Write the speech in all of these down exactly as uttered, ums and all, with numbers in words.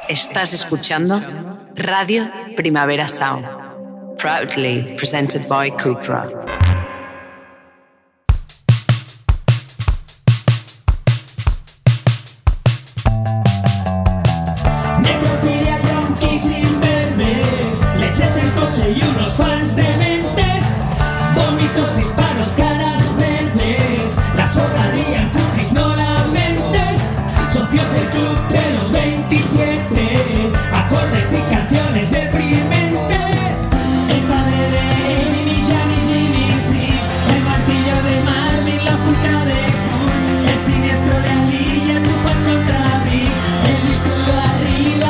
Estás escuchando Radio Primavera Sound, proudly presented by Cupra. Necrofilia, yonkis sin vermes, leches en coche y unos fans dementes, vómitos, disparos, caras verdes, la sobradilla, putis, no lamentes, socios del club de los veintisiete, acordes y canciones deprimentes, el padre de Amy, Gianni, Jimmy, sí, el martillo de Marvin, la fuca de Cool, el siniestro de Aliyah, Tupac contra mí, el escudo arriba.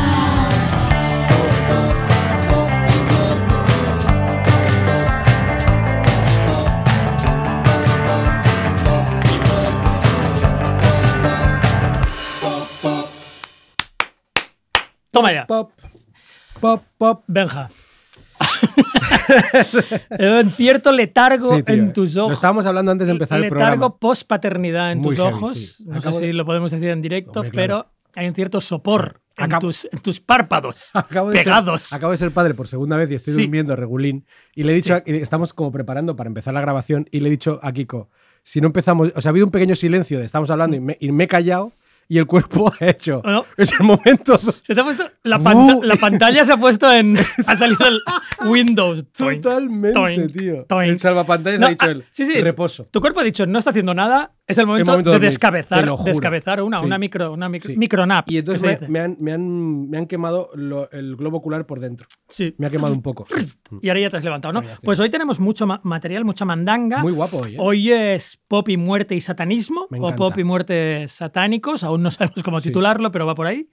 Toma ya. Pop, pop, pop. Benja. Un cierto letargo Sí, tío, en tus ojos. Lo estábamos hablando antes de empezar el Letargo programa. post-paternidad en Muy tus heavy, ojos. sí. No Acabo sé de- si lo podemos decir en directo, Hombre, claro. pero hay un cierto sopor en, Acabo- tus, en tus párpados Acabo de, pegados. ser, acabo de ser padre por segunda vez y estoy Sí. durmiendo regulín. Y le he dicho, a- y estamos como preparando para empezar la grabación y le he dicho a Kiko, si no empezamos, o sea, ha habido un pequeño silencio de estamos hablando y me, y me he callado y el cuerpo ha hecho. Bueno. Es el momento. Se te ha puesto la, panta- Uh. la pantalla se ha puesto en. Ha salido el Windows. Toink, Totalmente, toink, tío. toink. El salvapantallas No, ha dicho ah, él. sí, sí. Reposo. Tu cuerpo ha dicho, no está haciendo nada. Es el momento, momento de, de dormir, descabezar, te lo juro. descabezar una, Sí. una micro, una micro, Sí. micronap. Y que entonces se me, dice. me han, me, han, me han quemado lo- el globo ocular por dentro. Sí. Me ha quemado un poco. Y ahora ya te has levantado, ¿no? Ahora ya estoy. Pues hoy tenemos mucho ma- material, mucha mandanga. Muy guapo hoy, ¿eh? Hoy es pop y muerte y satanismo, Me o encanta. pop y muerte satánicos, aún no sabemos cómo Sí. titularlo, pero va por ahí.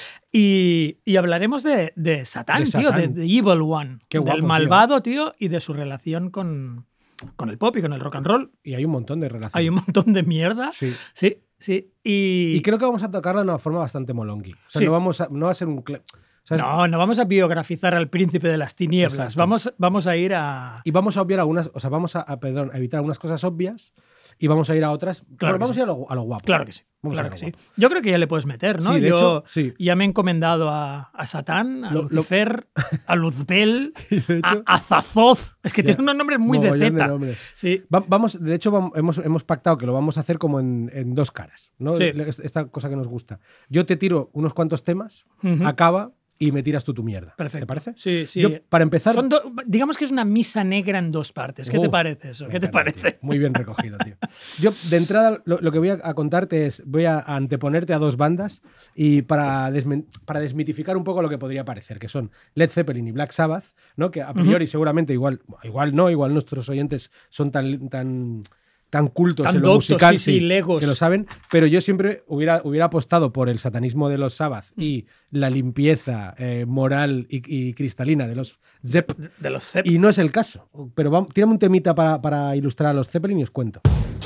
Y, y hablaremos de, de Satán, De tío, de Satán. The Evil One, Qué guapo, del tío. malvado, tío, y de su relación con, con el pop y con el rock and roll. Y hay un montón de relaciones. Hay un montón de mierda. Sí. Sí, sí. Y, Y creo que vamos a tocarla de una forma bastante molongi. O sea, Sí. no, vamos a, no va a ser un... cla- ¿sabes? no, no vamos a biografizar al príncipe de las tinieblas. Exacto. Vamos, vamos a ir a... Y vamos a obviar algunas... O sea, vamos a, a, perdón, a evitar algunas cosas obvias y vamos a ir a otras... Claro bueno, que vamos sí. a ir a lo, a lo guapo. Claro que sí. Vamos claro a que ir a sí. lo guapo. Yo creo que ya le puedes meter, ¿no? Sí, de Yo hecho, sí. ya me he encomendado a, a Satán, a Lo- lo- Lucifer, a Luzbel, Y de hecho- a Azazoth. Es que Ya. tiene unos nombres muy de Mogollón de Z. nombres. Sí. Va- vamos, de hecho, vam- hemos, hemos pactado que lo vamos a hacer como en, en dos caras, ¿no? Sí. Esta cosa que nos gusta. Yo te tiro unos cuantos temas, Ujú. acaba y me tiras tú tu mierda. Perfecto. ¿Te parece? Sí, sí. Yo, para empezar... Son do- digamos que es una misa negra en dos partes. ¿Qué te Uh, parece eso? Me ¿Qué te encanta, parece? tío. Muy bien recogido, tío. Yo, de entrada, lo, lo que voy a, a contarte es, voy a, a anteponerte a dos bandas y para, desmen- para desmitificar un poco lo que podría parecer, que son Led Zeppelin y Black Sabbath, ¿no? Que a priori seguramente igual, igual no, igual nuestros oyentes son tan... tan tan cultos Tan en lo doctos, musical, sí, sí, legos. que lo saben, pero yo siempre hubiera, hubiera apostado por el satanismo de los Sabbath y la limpieza eh, moral y, y cristalina de los Zepp, De los Zepp. y no es el caso. Pero vamos, tírame un temita para, para ilustrar a los Zeppelin y os cuento.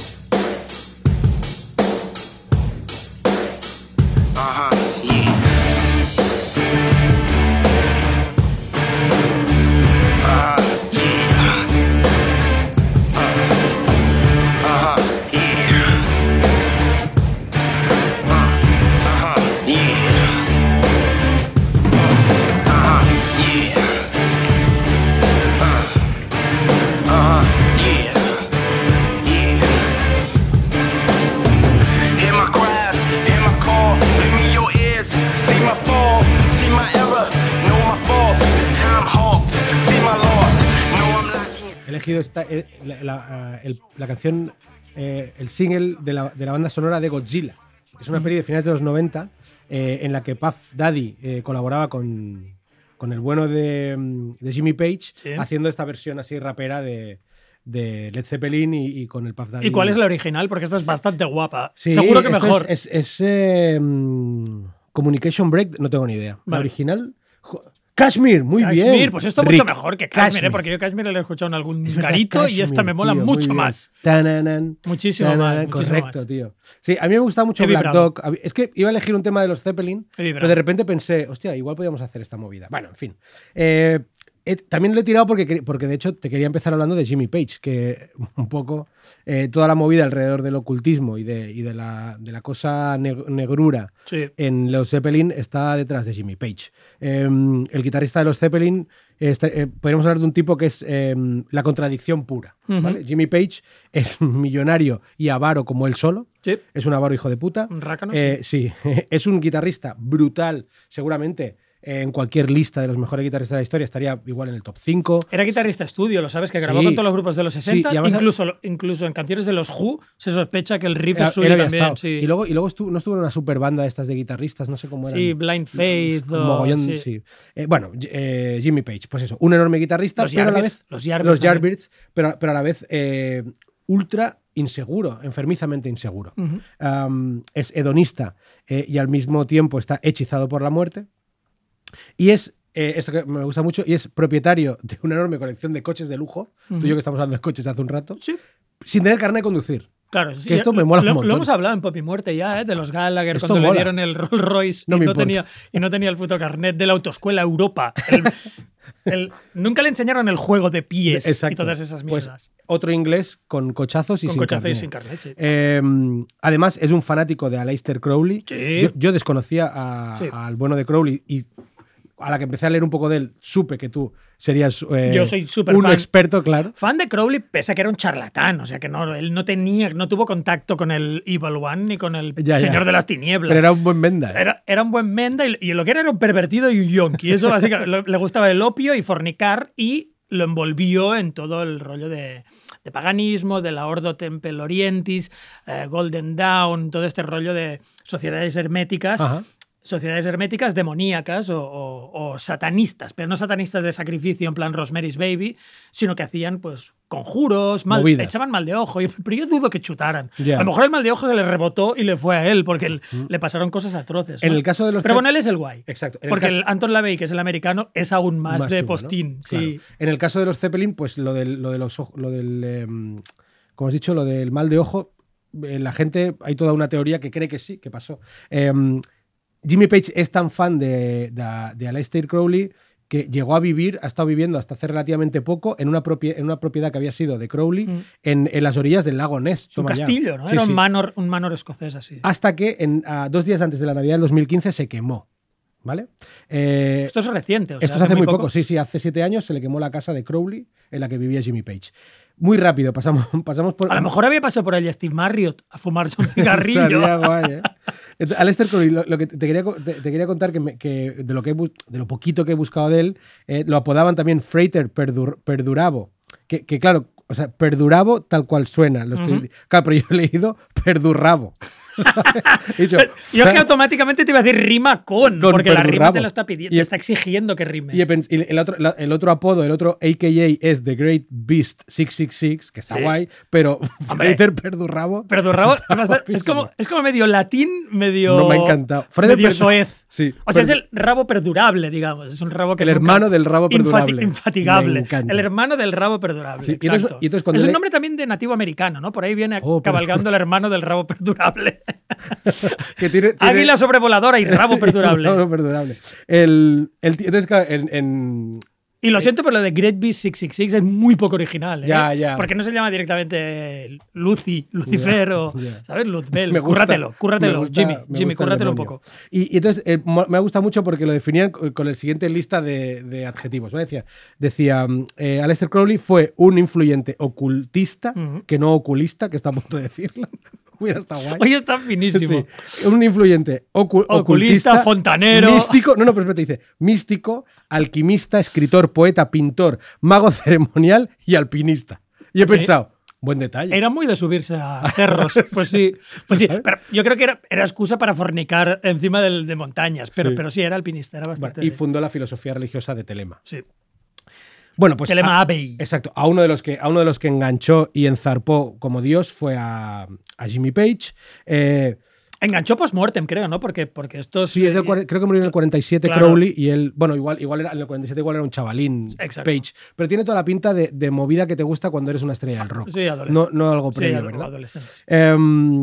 Hear my cries, hear my call, give me your ears, see my fall, see my error, know my faults, time halts, see my loss, know I'm lacking. He elegido esta, eh, la, la, el- la canción, eh, el single de la, de la banda sonora de Godzilla. Es una peli de finales de los noventa eh, en la que Puff Daddy eh, colaboraba con, con el bueno de, mm, de Jimmy Page, Sí. haciendo esta versión así rapera de, de Led Zeppelin y, y con el Puff Daddy. ¿Y cuál es la original? Porque esta es bastante guapa. Sí, Seguro que esto mejor. Es, es- es, eh, mm, Communication Break, no tengo ni idea. La Vale. original. jo- Kashmir, muy Kashmir, bien. pues esto Rick, mucho mejor que Kashmir, ¿eh? Kashmir. Porque yo Kashmir lo he escuchado en algún Es verdad, garito y esta Kashmir, me mola tío, muy mucho bien. más. Tananan, Muchísimo tananan, más, muchísimo correcto, más. tío. Sí, a mí me gusta mucho He Black vibrado. Dog. Es que iba a elegir un tema de los Zeppelin, He vibrado. pero de repente pensé, hostia, igual podíamos hacer esta movida. Bueno, en fin. Eh, Eh, también lo he tirado porque, porque de hecho te quería empezar hablando de Jimmy Page, que un poco eh, toda la movida alrededor del ocultismo y de, y de, la, de la cosa neg- negrura Sí. en los Zeppelin está detrás de Jimmy Page. Eh, el guitarrista de los Zeppelin, este, eh, podríamos hablar de un tipo que es eh, la contradicción pura. Ujú. ¿Vale? Jimmy Page es millonario y avaro como él solo. Sí. Es un avaro hijo de puta. Un rácano, Eh, sí, es un guitarrista brutal, seguramente. eh, En cualquier lista de los mejores guitarristas de la historia estaría igual en el top cinco. Era guitarrista estudio, lo sabes, que grabó Sí. con todos los grupos de los sesenta. Sí, y además- incluso, incluso en canciones de los Who se sospecha que el riff Era- es suyo él había también. estado. Sí, Y luego, y luego estuvo, no estuvo en una super banda de estas de guitarristas, no sé cómo eran. sí Blind Faith. Un o- mogollón, sí. sí. Eh, bueno, eh, Jimmy Page, pues eso, un enorme guitarrista, Los pero a la Yardbirds, vez. los Yardbirds Los también. Yardbirds, pero, pero a la vez eh, ultra inseguro, enfermizamente inseguro. Ujú. Um, es hedonista eh, y al mismo tiempo está hechizado por la muerte. Y es, eh, esto que me gusta mucho, y es propietario de una enorme colección de coches de lujo. Ujú. Tú y yo que estamos hablando de coches hace un rato. Sí. Sin tener carnet de conducir. Claro, sí, Que esto me mola lo, un montón. Lo hemos hablado en Pop y Muerte ya, ¿eh? De los Gallagher Esto cuando mola. le dieron el Rolls Royce No y, me no importa. tenía, y no tenía el puto carnet de la autoescuela Europa. El- el- nunca le enseñaron el juego de pies Exacto. y todas esas Pues mierdas. otro inglés con cochazos y Con sin cochazo y carnet. sin carnet, sí. Eh, además, es un fanático de Aleister Crowley. Sí. Yo, yo desconocía a- Sí. al bueno de Crowley y a la que empecé a leer un poco de él, supe que tú serías eh, Yo soy súper un fan. experto, claro. Fan de Crowley, pese a que era un charlatán, o sea que no, él no tenía, no tuvo contacto con el Evil One ni con el Ya, ya. Señor de las Tinieblas. Pero era un buen venda. Era, era un buen menda y, y lo que era era un pervertido y un yonki. Eso básicamente lo- le gustaba el opio y fornicar y lo envolvió en todo el rollo de, de paganismo, de la Ordo Tempel Orientis, eh, Golden Dawn, todo este rollo de sociedades herméticas. Ajá. Sociedades herméticas demoníacas o, o- o satanistas, pero no satanistas de sacrificio en plan Rosemary's Baby, sino que hacían pues conjuros, mal, Movidas. echaban mal de ojo. Y- Pero yo dudo que chutaran. Ya. A lo mejor el mal de ojo se le rebotó y le fue a él, porque el- le pasaron cosas atroces. En ¿no? el caso de los Pero Zep- bueno, él es el guay. Exacto. En el Porque caso- el Anton LaVey, que es el americano, es aún más, Más de chungo, ¿no? postín. Sí. Claro. En el caso de los Zeppelin, pues lo del, lo de los ojos, lo del, em, como has dicho, lo del mal de ojo, eh, la gente, hay toda una teoría que cree que sí, que pasó. Em, Jimmy Page es tan fan de, de, de Aleister Crowley que llegó a vivir, ha estado viviendo hasta hace relativamente poco en una, propie- en una propiedad que había sido de Crowley Mm. en, en las orillas del lago Ness. Un toma ya. castillo, ¿no? Sí, Era sí. Un, manor, un manor escocés así. Hasta que en, a, dos días antes de la Navidad del dos mil quince se quemó. ¿Vale? Eh, Esto es reciente. O sea, esto se hace muy poco. sí, sí, hace siete años se le quemó la casa de Crowley en la que vivía Jimmy Page. Muy rápido, pasamos, pasamos por. A lo mejor había pasado por allí Steve Marriott a fumarse un cigarrillo. Estaría guay, ¿eh? Entonces, Aleister Crowley, lo, lo que te quería, co- te, te quería contar que, me- que de, lo que he bu- de lo poquito que he buscado de él, eh, lo apodaban también Freighter Perdur- Perdurabo. Que, que claro, o sea, Perdurabo tal cual suena. Lo estoy- Ujú. Claro, pero yo he leído Perdurrabo. ¿sabes? He dicho, Yo es que automáticamente te iba a decir rima con, Con porque la rima Perdurrabo. te lo está pidiendo, Y- te está exigiendo que rimes. Y, he pens- y el, otro, la- el otro apodo, el otro A K A es The Great Beast seiscientos sesenta y seis, que está Sí. guay, pero Hombre. Freder Perdurrabo. Perdurrabo está es, bastante- es como, guapísimo. es como medio latín, medio. No me ha encantado. Freder medio Perdu- soez. Sí, O sea, es Perdu- el rabo perdurable, digamos. Es un rabo que El nunca- hermano del rabo infati- perdurable. Infatigable. Me encanta. El hermano del rabo perdurable. Sí, y entonces- exacto. y entonces cuando es un le- nombre también de nativo americano, ¿no? Por ahí viene Oh, pero- cabalgando el hermano del rabo perdurable. que tiene, tiene- Águila sobrevoladora y rabo perdurable. Rabo perdurable. El, el tío- entonces, claro, en, en- Y lo siento, pero lo de Great Beast seiscientos sesenta y seis es muy poco original. ¿eh? Ya, ya. Porque no se llama directamente Lucy, Lucifer o, ya. ¿sabes? Luzbel. me gusta- Cúrratelo, cúrratelo, me gusta- Jimmy. me Jimmy, gusta el cúrratelo un demonio. poco. Y, y entonces eh, mo- me ha gustado mucho porque lo definían con con el siguiente lista de, de adjetivos. ¿vale? Decía, decía mm, eh, Aleister Crowley fue un influyente ocultista, Ujú. que no oculista, que está a punto de decirlo. Hubiera estado guay. Oye, está finísimo. Sí, un influyente ocu- Oculista, ocultista, fontanero. místico, no, no, pero espérate, dice, místico, alquimista, escritor, poeta, pintor, mago ceremonial y alpinista. Y he Ok. pensado, buen detalle. Era muy de subirse a cerros. Pues sí. Pues sí. ¿Sabes? Pero yo creo que era, era excusa para fornicar encima del, de montañas. Pero Sí. sí. pero sí, era alpinista. Era Bueno, bastante. y fundó la filosofía religiosa de Telema. sí. Bueno, pues Telema a- Abbey. Exacto. A uno de los que a uno de los que enganchó y enzarpó como Dios fue a, a Jimmy Page. Eh, Enganchó post-mortem, creo, ¿no? Porque, porque esto sí, es del, cuare- creo que murió en el cuarenta y siete Claro. Crowley y él, bueno, igual, igual era, en el cuarenta y siete igual era un chavalín Exacto. Page, pero tiene toda la pinta de, de movida que te gusta cuando eres una estrella del rock. Sí, adolescente. no, no algo Sí, previo, ado- ¿verdad? adolescentes. Em,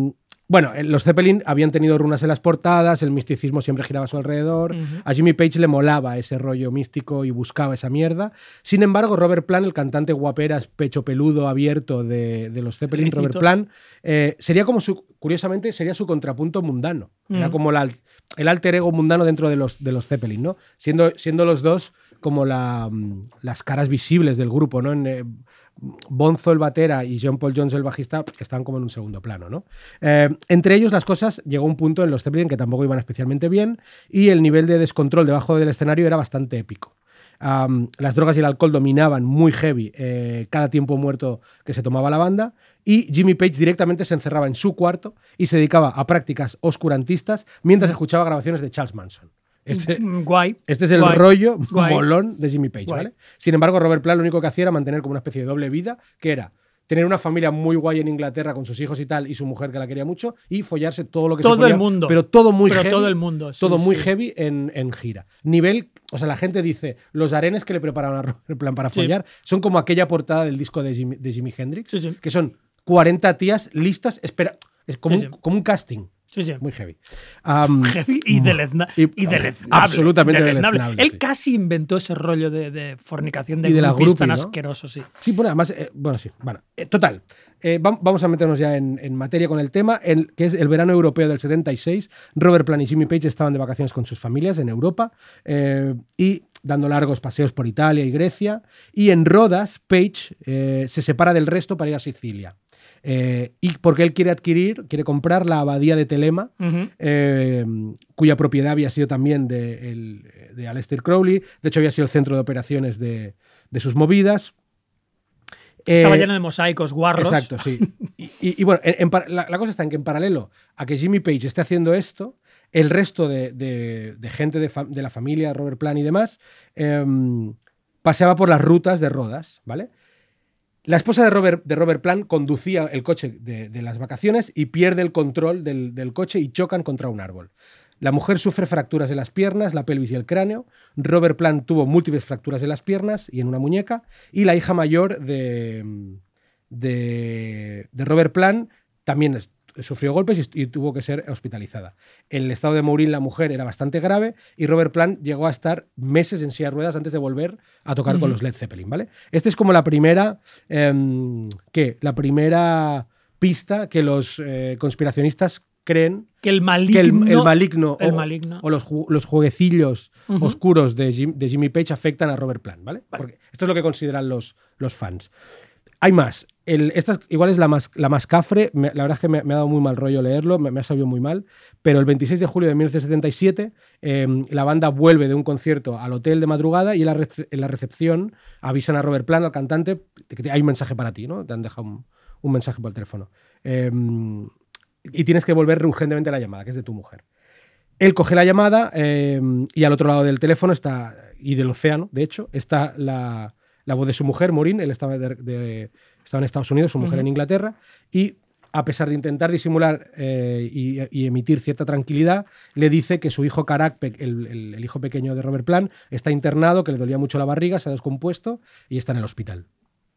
Bueno, los Zeppelin habían tenido runas en las portadas, el misticismo siempre giraba a su alrededor. Uh-huh. A Jimmy Page le molaba ese rollo místico y buscaba esa mierda. Sin embargo, Robert Plant, el cantante guaperas, pecho peludo, abierto de, de los Zeppelin, Ricitos. Robert Plant, eh, sería como su, curiosamente, sería su contrapunto mundano. Uh-huh. Era como la, el alter ego mundano dentro de los, de los Zeppelin, ¿no? Siendo, siendo los dos como la, las caras visibles del grupo, ¿no? En, eh, Bonzo el batera y John Paul Jones el bajista están como en un segundo plano, ¿no? Eh, entre ellos las cosas llegó a un punto en los Zeppelin que tampoco iban especialmente bien y el nivel de descontrol debajo del escenario era bastante épico. Um, las drogas y el alcohol dominaban muy heavy eh, cada tiempo muerto que se tomaba la banda y Jimmy Page directamente se encerraba en su cuarto y se dedicaba a prácticas oscurantistas mientras escuchaba grabaciones de Charles Manson. Este, Guay. Este es el Guay. rollo Guay. molón de Jimmy Page, Guay. ¿vale? Sin embargo, Robert Plant lo único que hacía era mantener como una especie de doble vida, que era tener una familia muy guay en Inglaterra con sus hijos y tal, y su mujer que la quería mucho, y follarse todo lo que todo se podía. el mundo. Pero todo muy pero heavy. todo el mundo. Sí, todo muy sí. heavy en, en gira. Nivel, o sea, la gente dice, los arenes que le prepararon a Robert Plant para follar sí. son como aquella portada del disco de Jimi, de Jimi Hendrix, sí, sí. que son cuarenta tías listas, espera, es como, sí, un, sí. como un casting. Sí, sí. Muy heavy. Um, heavy y, delezna y, y deleznable. Absolutamente deleznable. deleznable. Él sí. casi inventó ese rollo de, de fornicación de, y de la grupis groupie, tan ¿no? asqueroso, sí. Sí, bueno, además, eh, bueno, sí. Bueno, eh, total. Eh, vamos a meternos ya en, en materia con el tema, el, que es el verano europeo del setenta y seis. Robert Plant y Jimmy Page estaban de vacaciones con sus familias en Europa eh, y dando largos paseos por Italia y Grecia. Y en Rodas, Page eh, se separa del resto para ir a Sicilia. Eh, y porque él quiere adquirir, quiere comprar la abadía de Telema, uh-huh. eh, cuya propiedad había sido también de, el, de Aleister Crowley. De hecho, había sido el centro de operaciones de, de sus movidas. Estaba eh, lleno de mosaicos, guarros. Exacto, sí. Y, y, y bueno, en, en, la, la cosa está en que en paralelo a que Jimmy Page esté haciendo esto, el resto de, de, de gente de, fa, de la familia, Robert Plant y demás, eh, paseaba por las rutas de Rodas, ¿vale? La esposa de Robert, de Robert Plant conducía el coche de, de las vacaciones y pierde el control del, del coche y chocan contra un árbol. La mujer sufre fracturas de las piernas, la pelvis y el cráneo. Robert Plant tuvo múltiples fracturas de las piernas y en una muñeca. Y la hija mayor de, de, de Robert Plant también sufrió golpes y, y tuvo que ser hospitalizada. El estado de Maureen, la mujer, era bastante grave y Robert Plant llegó a estar meses en silla de ruedas antes de volver a tocar uh-huh. con los Led Zeppelin, ¿vale? Esta es como la primera, eh, ¿qué? La primera pista que los eh, conspiracionistas creen que el maligno, que el, el maligno, el o, maligno. o los, los jueguecillos uh-huh. oscuros de, Jim, de Jimmy Page afectan a Robert Plant, ¿vale? Vale. Porque esto es lo que consideran los, los fans. Hay más. El, esta es, igual es la más, la más cafre. Me, la verdad es que me, me ha dado muy mal rollo leerlo, me, me ha sabido muy mal. Pero el veintiséis de julio de mil novecientos setenta y siete, eh, la banda vuelve de un concierto al hotel de madrugada y en la, rece- en la recepción avisan a Robert Plant, al cantante, que hay un mensaje para ti, ¿no? Te han dejado un, un mensaje por el teléfono. Eh, y tienes que volver urgentemente a la llamada, que es de tu mujer. Él coge la llamada eh, y al otro lado del teléfono está, y del océano, de hecho, está la, la voz de su mujer, Maureen. Él estaba, de, de, estaba en Estados Unidos, su mujer uh-huh. en Inglaterra, y a pesar de intentar disimular eh, y, y emitir cierta tranquilidad, le dice que su hijo Karak, el, el, el hijo pequeño de Robert Plant, está internado, que le dolía mucho la barriga, se ha descompuesto y está en el hospital.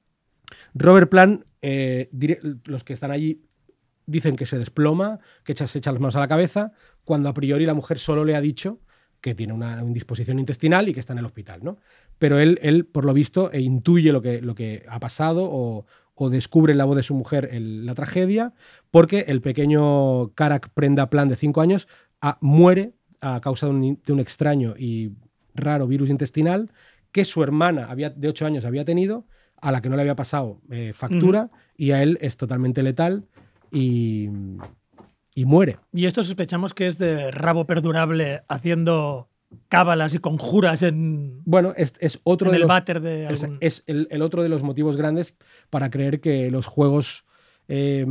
Robert Plant, eh, dire, los que están allí dicen que se desploma, que echa, se echa las manos a la cabeza, cuando a priori la mujer solo le ha dicho que tiene una indisposición intestinal y que está en el hospital, ¿no? Pero él, él por lo visto, e intuye lo que, lo que ha pasado o, o descubre en la voz de su mujer el, la tragedia, porque el pequeño Karak Prenda Plant de cinco años a, muere a causa de un, de un extraño y raro virus intestinal que su hermana había, de ocho años había tenido, a la que no le había pasado eh, factura, uh-huh. y a él es totalmente letal y, y muere. Y esto sospechamos que es de Rabo Perdurable haciendo cábalas y conjuras en, bueno, es, es otro en de el los, váter de es, algún... es el, el otro de los motivos grandes para creer que los juegos eh,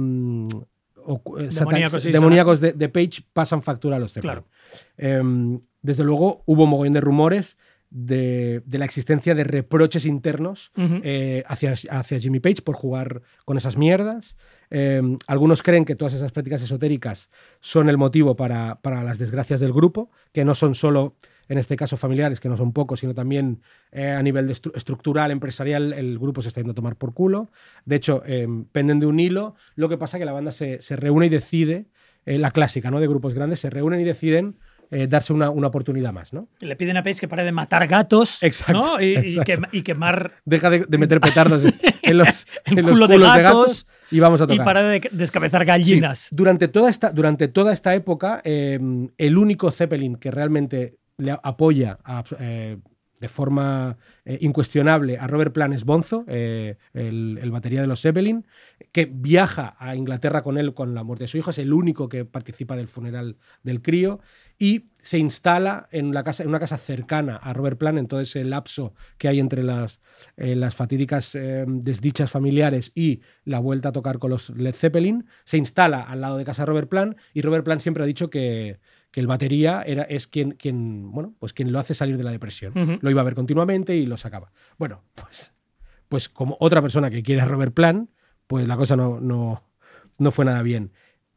o, demoníacos, sí, demoníacos de, de Page pasan factura a los Zeppelin. Claro. Eh, desde luego hubo un mogollón de rumores De, de la existencia de reproches internos uh-huh. eh, hacia, hacia Jimmy Page por jugar con esas mierdas. Eh, algunos creen que todas esas prácticas esotéricas son el motivo para, para las desgracias del grupo, que no son solo, en este caso, familiares, que no son pocos, sino también eh, a nivel de estru- estructural, empresarial, el grupo se está yendo a tomar por culo. De hecho, eh, penden de un hilo. Lo que pasa es que la banda se, se reúne y decide eh, la clásica, ¿no? De grupos grandes, se reúnen y deciden eh, darse una, una oportunidad más, ¿no? Le piden a Page que pare de matar gatos, Exacto, ¿no? Y, exacto. y, que, y quemar Deja de, de meter petardos en, en los, el en los culo de culos gatos, de gatos y vamos a tocar. y para de descabezar Sí, gallinas. durante, toda esta, durante toda esta época, eh, el único Zeppelin que realmente le apoya a, eh, de forma eh, incuestionable a Robert Plant es Bonzo, eh, el, el batería de los Zeppelin, que viaja a Inglaterra con él con la muerte de su hijo, es el único que participa del funeral del crío y se instala en, la casa, en una casa cercana a Robert Plant en todo ese lapso que hay entre las, eh, las fatídicas eh, desdichas familiares y la vuelta a tocar con los Led Zeppelin. Se instala al lado de casa de Robert Plant y Robert Plant siempre ha dicho que, que el batería era, es quien, quien, bueno, pues quien lo hace salir de la depresión. Uh-huh. Lo iba a ver continuamente y lo sacaba. Bueno, pues, pues como otra persona que quiere a Robert Plant, pues la cosa no, no, no fue nada bien.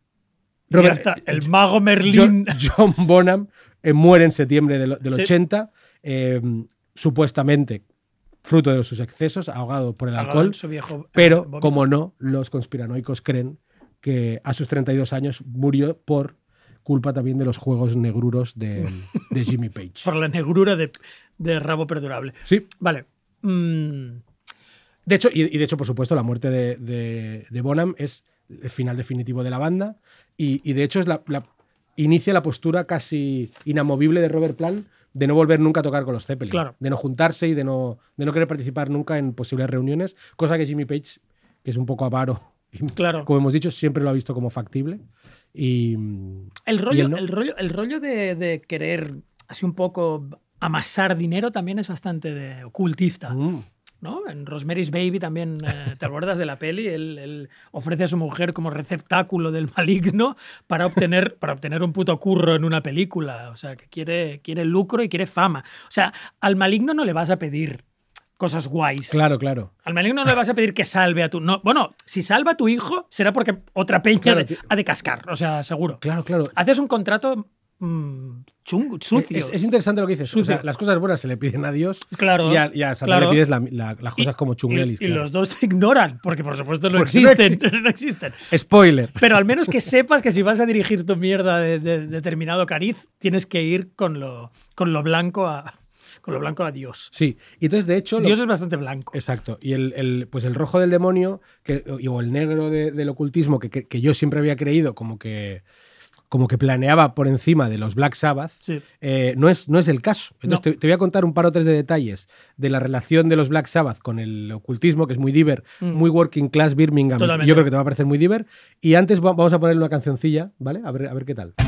Robert, está, el mago Merlín. John, John Bonham eh, muere en septiembre del, del sí. ochenta, eh, supuestamente fruto de sus excesos, ahogado por el ahogado alcohol. Su viejo, pero, eh, como no, los conspiranoicos creen que a sus treinta y dos años murió por culpa también de los juegos negruros de, de Jimmy Page. Por la negrura de, de rabo perdurable. Sí. Vale. Mm. De hecho, y, y de hecho, por supuesto, la muerte de, de, de Bonham es el final definitivo de la banda y, y de hecho es la, la, inicia la postura casi inamovible de Robert Plant de no volver nunca a tocar con los Zeppelin, claro. de no juntarse y de no, de no querer participar nunca en posibles reuniones, cosa que Jimmy Page, que es un poco avaro, y, claro. como hemos dicho, siempre lo ha visto como factible. Y, el rollo, y no. el rollo, el rollo de, de querer así un poco amasar dinero también es bastante de ocultista. Mm. ¿No? En Rosemary's Baby también, eh, ¿te acuerdas de la peli? Él, él ofrece a su mujer como receptáculo del maligno para obtener, para obtener un puto curro en una película. O sea, que quiere, quiere lucro y quiere fama. O sea, al maligno no le vas a pedir cosas guays. Claro, claro. Al maligno no le vas a pedir que salve a tu... No, bueno, si salva a tu hijo, será porque otra peña claro, de, ha de cascar. O sea, seguro. Claro, claro. Haces un contrato... Mm, chungo, sucio. Es, es interesante lo que dices. O sea, las cosas buenas se le piden a Dios claro, y a, y a Satán claro. le pides la, la, las cosas y, como chunguelis. Y, claro. y los dos te ignoran, porque por supuesto no, porque existen, no existen. no existen. Spoiler. Pero al menos que sepas que si vas a dirigir tu mierda de, de, de determinado cariz, tienes que ir con lo, con lo blanco a... Con lo blanco a Dios. Sí, y entonces de hecho... Dios lo... es bastante blanco. Exacto. Y el, el, pues el rojo del demonio, que, o el negro de, del ocultismo, que, que, que yo siempre había creído como que, como que planeaba por encima de los Black Sabbath, sí. eh, no, es, no es el caso. Entonces no. te, te voy a contar un par o tres de detalles de la relación de los Black Sabbath con el ocultismo, que es muy diver, mm. muy working class Birmingham. Totalmente. Yo creo que te va a parecer muy diver. Y antes vamos a ponerle una cancioncilla, ¿vale? A ver, a ver qué tal.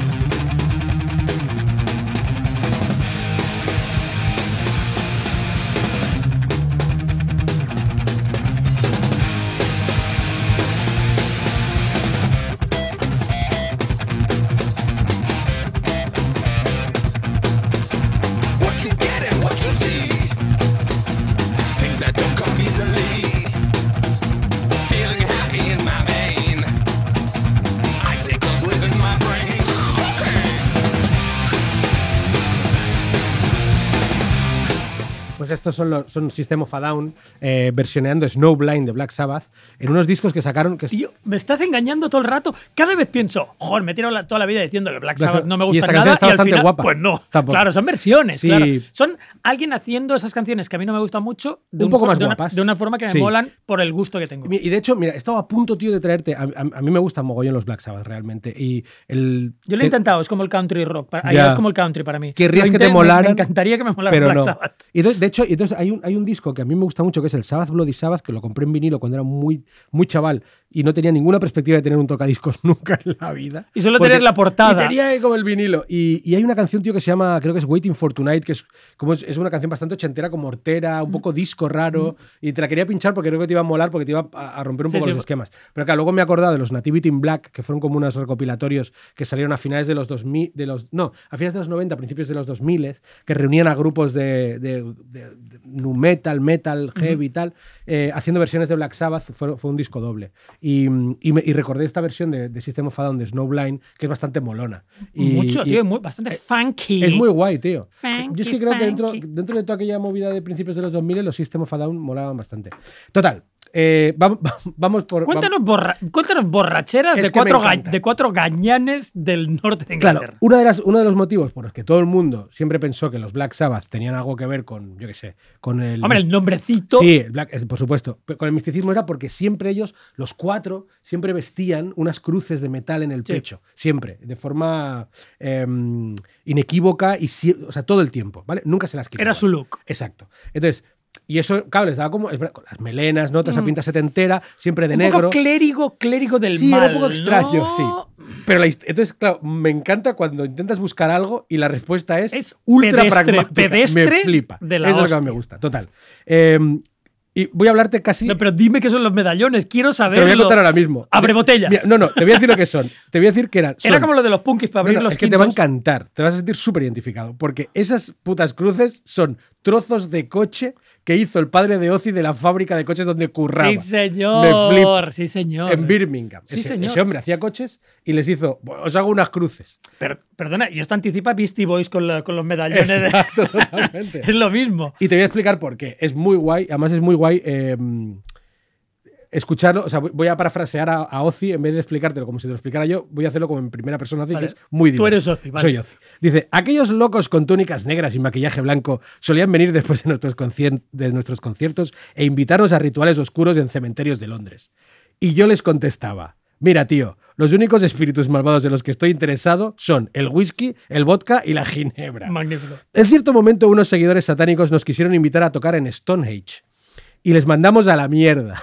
Estos son, los, son System of a Down eh, versioneando Snowblind de Black Sabbath en unos discos que sacaron que... Tío, me estás engañando todo el rato. Cada vez pienso, joder, me he tirado la, toda la vida diciendo que Black, Black Sabbath no me gusta y esta nada está y bastante al final, guapa. pues no. Tampoco. Claro, son versiones. Sí. Claro. Son alguien haciendo esas canciones que a mí no me gustan mucho de un, un poco más de guapas. Una, de una forma que me sí. molan por el gusto que tengo. Y de hecho, mira, estaba a punto, tío, de traerte... A, a, a mí me gustan mogollón los Black Sabbath, realmente. Y el, Yo lo he intentado, es como el country rock. Para, ya. Es como el country para mí. Querrías que te molaran. Me, me encantaría que me molara pero Black no. Sabbath. Y de, de hecho, entonces hay un, hay un disco que a mí me gusta mucho, que es el Sabbath Bloody Sabbath, que lo compré en vinilo cuando era muy, muy chaval y no tenía ninguna perspectiva de tener un tocadiscos nunca en la vida. Y solo tenías la portada. Y tenía como el vinilo. Y, y hay una canción, tío, que se llama, creo que es Waiting for Tonight, que es, como es, es una canción bastante ochentera, como hortera, un poco disco raro. Mm. Y te la quería pinchar porque creo que te iba a molar, porque te iba a, a romper un sí, poco sí. los esquemas. Pero claro, luego me he acordado de los Nativity in Black, que fueron como unos recopilatorios que salieron a finales de los dos mil, de los, no, a finales de los noventa, a principios de los dos mil, que reunían a grupos de, de, de, de nu metal, metal, heavy y mm. tal, eh, haciendo versiones de Black Sabbath. Fue, fue un disco doble. Y, y, me, y recordé esta versión de, de System of a Down de Snowblind, que es bastante molona. Y, Mucho, y tío, muy, bastante funky. es muy guay, tío. Funky, Yo es que creo que dentro, funky. dentro de toda aquella movida de principios de los dos mil, los System of a Down molaban bastante. Total, eh, vamos, vamos por... Cuéntanos, borra- cuéntanos borracheras Es de que me cuatro, ga- encanta. de cuatro gañanes del norte de Claro, Inglaterra. una de las, uno de los motivos por los que todo el mundo siempre pensó que los Black Sabbath tenían algo que ver con, yo qué sé, con el... Hombre, el nombrecito. Sí, el Black, es- por supuesto. Pero con el misticismo era porque siempre ellos, los cuatro, siempre vestían unas cruces de metal en el Sí. pecho. Siempre. De forma eh, inequívoca y sie- o sea, todo el tiempo. ¿Vale? Nunca se las quitaban. Era su look. Exacto. Entonces, y eso, claro, les daba como. Es verdad, con las melenas, ¿no? Toda esa pinta setentera, siempre de Un negro. poco clérigo, clérigo del Sí, mal. era un poco extraño, ¿no? sí. Pero la hist- entonces, claro, me encanta cuando intentas buscar algo y la respuesta es, Es ultra pedestre, pragmática. pedestre me flipa. de la Eso es lo que hostia. más me gusta, total. Eh, y voy a hablarte casi. No, pero dime qué son los medallones. Quiero te saberlo. lo voy a contar ahora mismo. Abre Te- botellas. Mira, no, no, te voy a decir lo que son. Te voy a decir que eran. Era son- como lo de los punkis para No, abrir no, los es que te va a quintos. encantar, te vas a sentir súper identificado, porque esas putas cruces son trozos de coche que hizo el padre de Ozzy de la fábrica de coches donde curraba. Sí, señor. Me flipa. Sí, señor. En Birmingham. Sí, ese, señor. ese hombre hacía coches y les hizo, os hago unas cruces. Pero, perdona, y esto anticipa Beastie Boys con, la- con los medallones. de- Exacto, totalmente. es lo mismo. Y te voy a explicar por qué. Es muy guay, además es muy guay eh, escucharlo. O sea, voy- voy a parafrasear a, a Ozzy, en vez de explicártelo como si te lo explicara yo, voy a hacerlo como en primera persona, Ozzy, Vale. que es muy Tú divertido. eres Ozzy, vale. Soy Ozzy. Dice, aquellos locos con túnicas negras y maquillaje blanco solían venir después de nuestros, concien- de nuestros conciertos e invitarnos a rituales oscuros en cementerios de Londres. Y yo les contestaba, mira tío, los únicos espíritus malvados de los que estoy interesado son el whisky, el vodka y la ginebra. Magnífico. En cierto momento, unos seguidores satánicos nos quisieron invitar a tocar en Stonehenge y les mandamos a la mierda.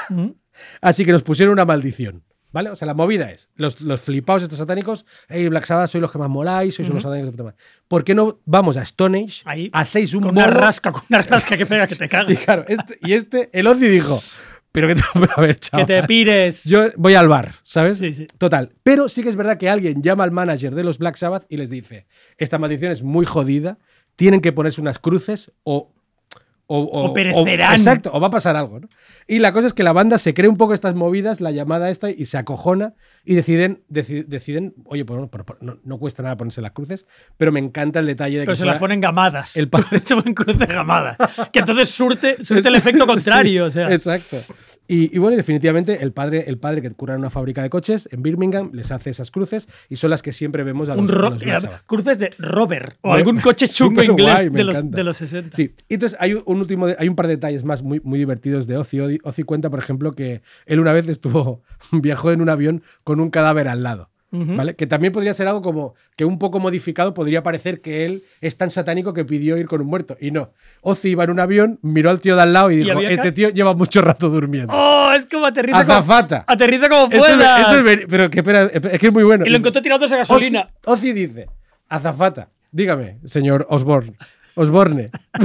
Así que nos pusieron una maldición. ¿Vale? O sea, la movida es, los, los flipaos estos satánicos, hey, Black Sabbath, sois los que más moláis, sois unos satánicos de puta madre. ¿Por qué no vamos a Stonehenge, Ahí, hacéis un con una bolo? rasca, con una rasca que pega que te Y cagas. claro, este, y este, el Ozzy dijo, pero que te, pero a ver, Que chaval, te pires. yo voy al bar, ¿sabes? Sí, sí. Total. Pero sí que es verdad que alguien llama al manager de los Black Sabbath y les dice, esta maldición es muy jodida, tienen que ponerse unas cruces o... O, O perecerán. exacto, o va a pasar algo, ¿no? Y la cosa es que la banda se cree un poco estas movidas, la llamada esta, y se acojona y deciden, deci- deciden oye, pues no, pero- pero no, no cuesta nada ponerse las cruces, pero me encanta el detalle de Pero que se fuera- las ponen gamadas. el padre- se ponen cruces gamadas. Que entonces surte, surte el efecto contrario. O sea. Exacto. Y, y bueno, y definitivamente el padre, el padre que cura en una fábrica de coches en Birmingham les hace esas cruces y son las que siempre vemos a los, Un ro- a los Black eh, Sabbath. cruces de Robert o Muy- algún coche chungo Superguay, inglés me de los, encanta. de los sesenta. Sí, y entonces hay un último, de- hay un par de detalles más muy, muy divertidos de Ozzy. Ozzy. Ozzy cuenta, por ejemplo, que él una vez estuvo, viajó en un avión con un cadáver al lado. ¿Vale? Que también podría ser algo como que un poco modificado podría parecer que él es tan satánico que pidió ir con un muerto. Y no. Ozzy iba en un avión, miró al tío de al lado y dijo: había Este ca- tío lleva mucho rato durmiendo. ¡Oh! Es como aterriza como, Azafata. aterriza como Esto es, puedas. esto es veri- pero que espera, es que es muy bueno. y lo encontró tirándose gasolina. Ozzy, Ozzy dice, azafata, dígame, señor Osborne, Osborne,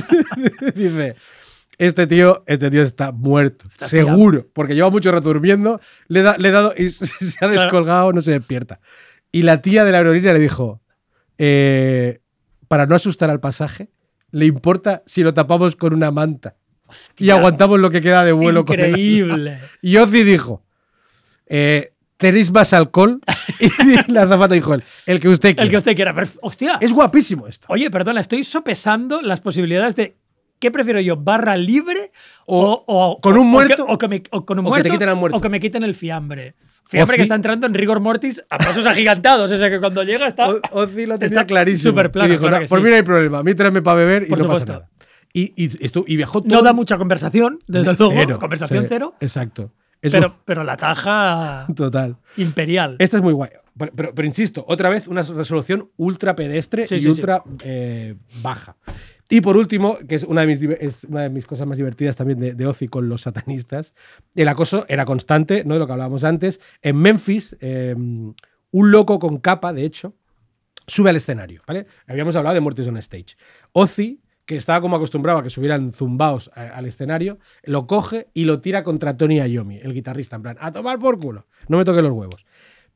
dice, este tío, este tío está muerto, seguro, porque lleva mucho rato durmiendo, le, da- le he dado y se ha descolgado, no se despierta. Y la tía de la aerolínea le dijo, eh, para no asustar al pasaje, ¿le importa si lo tapamos con una manta? Y aguantamos lo que queda de vuelo con él. Increíble. Y Ozzy dijo, eh, ¿tenéis más alcohol? Y la azafata dijo él, el que usted quiera. El que usted quiera. Pero, hostia. Es guapísimo esto. Oye, perdona, estoy sopesando las posibilidades de ¿qué prefiero yo? ¿Barra libre o, O o- con un o- muerto, O que, o que me, o con un o que te muerto, quiten al muerto. o que me quiten el fiambre. Fiambre Ozzy- que está entrando en rigor mortis a pasos agigantados. O sea que cuando llega está. O- Ozzy lo tenía está clarísimo. súper plano, y dijo, claro "No, que por sí". mí no hay problema, a mí tráeme para beber y Por no supuesto. pasa nada. Y, y, esto, y viajó todo. No da mucha conversación, desde luego. Cero. Conversación Sí, cero. Exacto. Es Pero, pero la taja un- total. imperial. Esta es muy guay. Pero, pero- pero insisto, otra vez una resolución ultra pedestre Sí, y sí, sí. ultra eh, baja. Y por último, que es una de mis, diver- es una de mis cosas más divertidas también de, de Ozzy con los satanistas, el acoso era constante, ¿no? De lo que hablábamos antes. En Memphis, eh, un loco con capa, de hecho, sube al escenario, ¿vale? Habíamos hablado de muertes on stage. Ozzy, que estaba como acostumbrado a que subieran zumbaos a- al escenario, lo coge y lo tira contra Tony Iommi, el guitarrista, en plan, a tomar por culo, no me toque los huevos.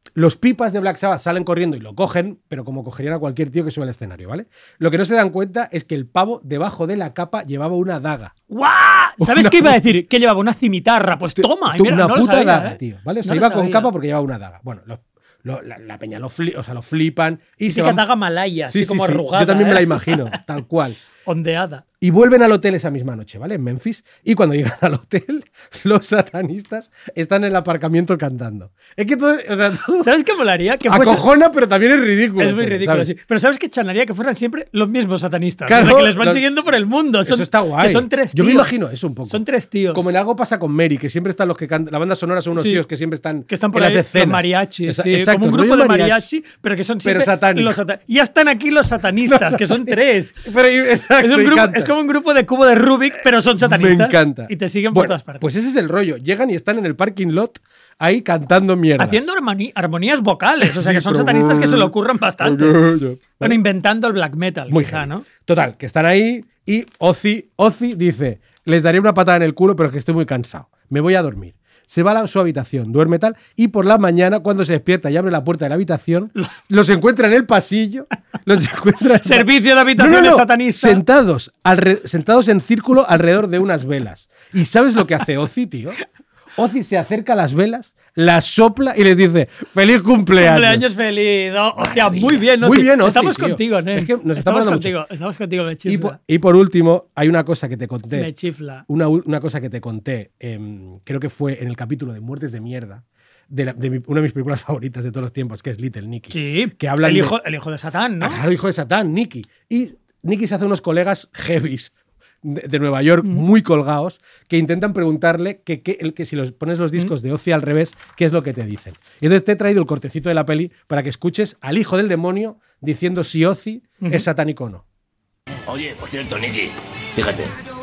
Los pipas de Black Sabbath salen corriendo y lo cogen, pero como cogerían a cualquier tío que sube al escenario, ¿vale? Lo que no se dan cuenta es que el pavo debajo de la capa llevaba una daga. ¡Guau! ¿Sabes Una qué iba a pu- decir? Que llevaba una cimitarra. Pues toma, y Tú, mira, una no lo puta sabía, daga, ¿eh? tío, ¿vale? O sea, No lo iba con sabía. capa porque llevaba una daga. Bueno, los- lo- la, la peña lo, fli- o sea, lo flipan y se Típica van... daga malaya, Sí, así sí, como sí. arrugada. Yo también me la ¿eh? imagino, tal cual. Ondeada. Y vuelven al hotel esa misma noche, ¿vale? En Memphis. Y cuando llegan al hotel, los satanistas están en el aparcamiento cantando. Es que todo, o sea, todo ¿Sabes qué molaría? Que fuese... acojona, pero también es ridículo. Es muy todo, ridículo, ¿sabes? sí. Pero ¿sabes qué chanaría? Que fueran siempre los mismos satanistas. Claro, o sea, que les van los- siguiendo por el mundo. Son, Eso está guay. Que son tres tíos. Yo me imagino eso un poco. Son tres tíos. Como en Algo pasa con Mary, que siempre están los que cantan. La banda sonora son unos Sí. tíos que siempre están, Que están por en ahí las escenas. los mariachis, Esa- sí, exacto, como un rollo grupo de mariachi, pero que son pero siempre satánicos. los sata- Ya están aquí los satanistas, que son tres. Pero, exacto, Es, un y grupo- cantan. es como un grupo de cubo de Rubik, pero son satanistas. Me encanta. Y te siguen por Bueno, todas partes. Pues ese es el rollo. Llegan y están en el parking lot ahí cantando mierdas. Haciendo armoni- armonías vocales. O sea, Sí, que son pero- satanistas que se lo ocurran bastante. ¿Vale? Bueno, inventando el black metal, Muy quizá, heavy. ¿no? Total, que están ahí y Ozzy, Ozzy dice, les daré una patada en el culo, pero es que estoy muy cansado. Me voy a dormir. Se va a la- su habitación, duerme tal, y por la mañana, cuando se despierta y abre la puerta de la habitación, los encuentra en el pasillo. Los encuentra en- Servicio de habitaciones No, no, no. satanista. Sentados, alre- sentados en círculo alrededor de unas velas. ¿Y sabes lo que hace Ozzy, tío? Ozzy se acerca a las velas, las sopla y les dice ¡Feliz cumpleaños! Cumpleaños feliz. Oh, hostia, muy bien, Muy Ozzy. bien, Ozzy, Estamos tío. contigo, ¿eh? Es que nos está estamos pasando contigo, estamos contigo, me Y chifla. por, y por último, hay una cosa que te conté. Me chifla. Una, ul- una cosa que te conté, em, creo que fue en el capítulo de Muertes de Mierda, de, la- de mi- una de mis películas favoritas de todos los tiempos, que es Little Nicky. Sí, Que hablan el, de- hijo, el hijo de Satán, ¿no? Ah, claro, hijo de Satán, Nicky. Y Nicky se hace unos colegas heavies de, de Nueva York, muy colgados, que intentan preguntarle que, que, el, que si los pones los discos de Ozzy al revés, ¿qué es lo que te dicen? Y entonces te he traído el cortecito de la peli para que escuches al hijo del demonio diciendo si Ozzy es satánico o no. Oye, por cierto, Nicky, fíjate.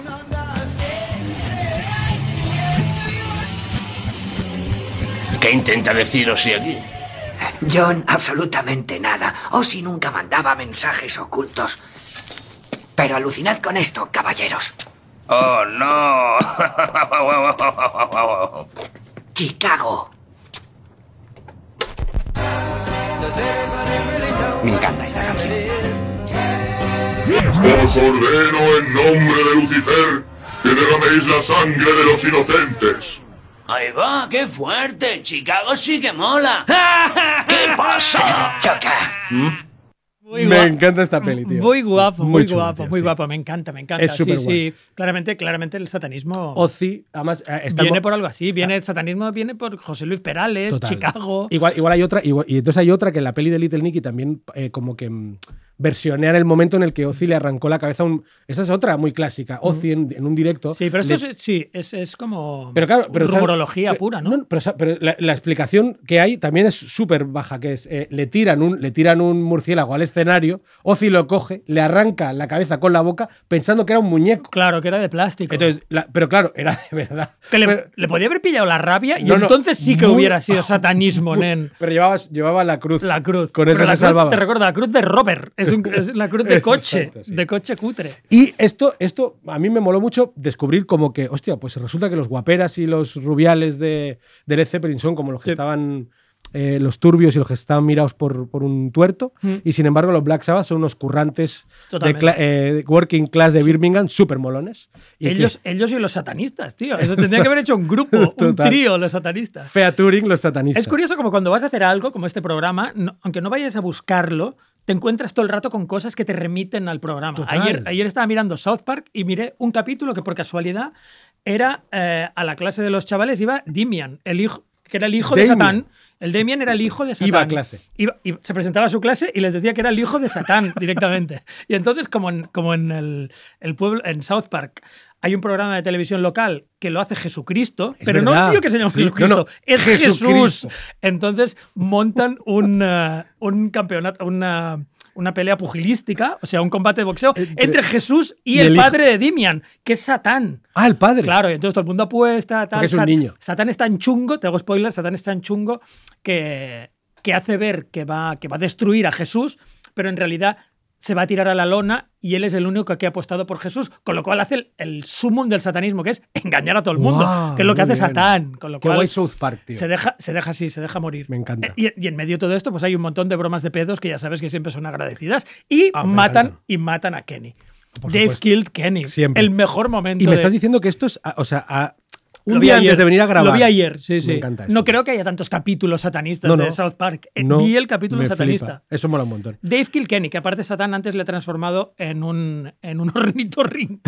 ¿Qué intenta decir Ozzy aquí? John, absolutamente nada. Ozzy nunca mandaba mensajes ocultos. Pero alucinad con esto, caballeros. ¡Oh, no! Chicago. Me encanta esta canción. Os ordeno en nombre de Lucifer que derraméis la sangre de los inocentes. Ahí va, qué fuerte. Chicago sí que mola. ¿Qué pasa? Choca. Muy Me guapo. encanta esta peli, tío. Muy Sí, guapo, muy, chula, guapo, tío, muy sí. guapo. Me encanta, me encanta. Es sí, súper sí. guay. Claramente, claramente el satanismo Ozzy, además, eh, está viene mo- por algo así. Viene, el satanismo viene por José Luis Perales, Total. Chicago. Igual, igual hay otra, igual- y entonces hay otra que en la peli de Little Nicky también eh, como que mm, versionean el momento en el que Ozzy le arrancó la cabeza a un... Esa es otra muy clásica. Ozzy en, en un directo... Sí, pero esto le- es, sí, es, es como Pero claro, pero ¿sabes? rumorología Pero- pura, ¿no? pero, sa- pero la, la explicación que hay también es súper baja, que es eh, le tiran un le tiran un murciélago al escenario, Ozzy lo coge, le arranca la cabeza con la boca pensando que era un muñeco. Claro, que era de plástico. Entonces, la- pero claro, era de verdad. que le, Pero- le podía haber pillado la rabia y No, no, entonces sí que muy- hubiera sido satanismo, nen. Pero llevaba, llevaba la cruz. La cruz. Con Pero eso la se cruz, salvaba. Te recuerdo, la cruz de Robert. Es, un- es la cruz de Es coche. exacto, sí. De coche cutre. Y esto, esto a mí me moló mucho descubrir como que, hostia, pues resulta que los guaperas y los rubiales de, de Led Zeppelin son como los que Sí. estaban, eh, los turbios y los que estaban mirados por, por un tuerto. Mm. Y sin embargo, los Black Sabbath son unos currantes de Totalmente. cla- eh, de working class de Birmingham, súper molones. Y que- Ellos, ellos y los satanistas, tío. Eso tendría que haber hecho un grupo, un Total. trío, los satanistas. Fea Turing, los satanistas. Es curioso como cuando vas a hacer algo, como este programa, no- aunque no vayas a buscarlo, te encuentras todo el rato con cosas que te remiten al programa. Total. Ayer, ayer estaba mirando South Park y miré un capítulo que por casualidad era eh, a la clase de los chavales, iba Dimian, el hijo, que era el hijo de Damien. Satán. El Demian era el hijo de Satán. Iba a clase. Iba- iba- se presentaba a su clase y les decía que era el hijo de Satán directamente. Y entonces, como en, como en el, el pueblo, en South Park, hay un programa de televisión local que lo hace Jesucristo, Es pero no verdad. un tío que se llama Sí, Jesucristo, no, no, es Jesucristo. Jesús. Entonces montan un, eh, un campeonato, una, una pelea pugilística, o sea, un combate de boxeo entre, Entre- Jesús y, y el, el hijo. padre de Dimian, que es Satán. Ah, el padre. Claro, y entonces todo el mundo apuesta, tal. Porque es un Sat- niño. Satán es tan chungo, te hago spoiler, Satán es tan chungo que, que hace ver que va, que va a destruir a Jesús, pero en realidad se va a tirar a la lona y él es el único que ha apostado por Jesús, con lo cual hace el, el sumum del satanismo, que es engañar a todo el mundo, Wow, que es lo que muy hace bien. Satán. Con lo Qué cual guay South Park, tío. se deja, se deja así, se deja morir. Me encanta. Eh, Y, y en medio de todo esto, pues hay un montón de bromas de pedos que ya sabes que siempre son agradecidas y Ah, me matan encanta. y matan a Kenny. Por Dave supuesto. killed Kenny. Siempre. El mejor momento. Y me de- estás diciendo que esto es, a- o sea, a- un Lo vi día antes ayer. de venir a grabar. Lo vi ayer, sí, sí. Me encanta eso. No creo que haya tantos capítulos satanistas No, no. de South Park. Eh, No, vi el capítulo me satanista. flipa. Eso mola un montón. Dave Kilkenny, que aparte Satán antes le ha transformado en un, en un ornitorrinco.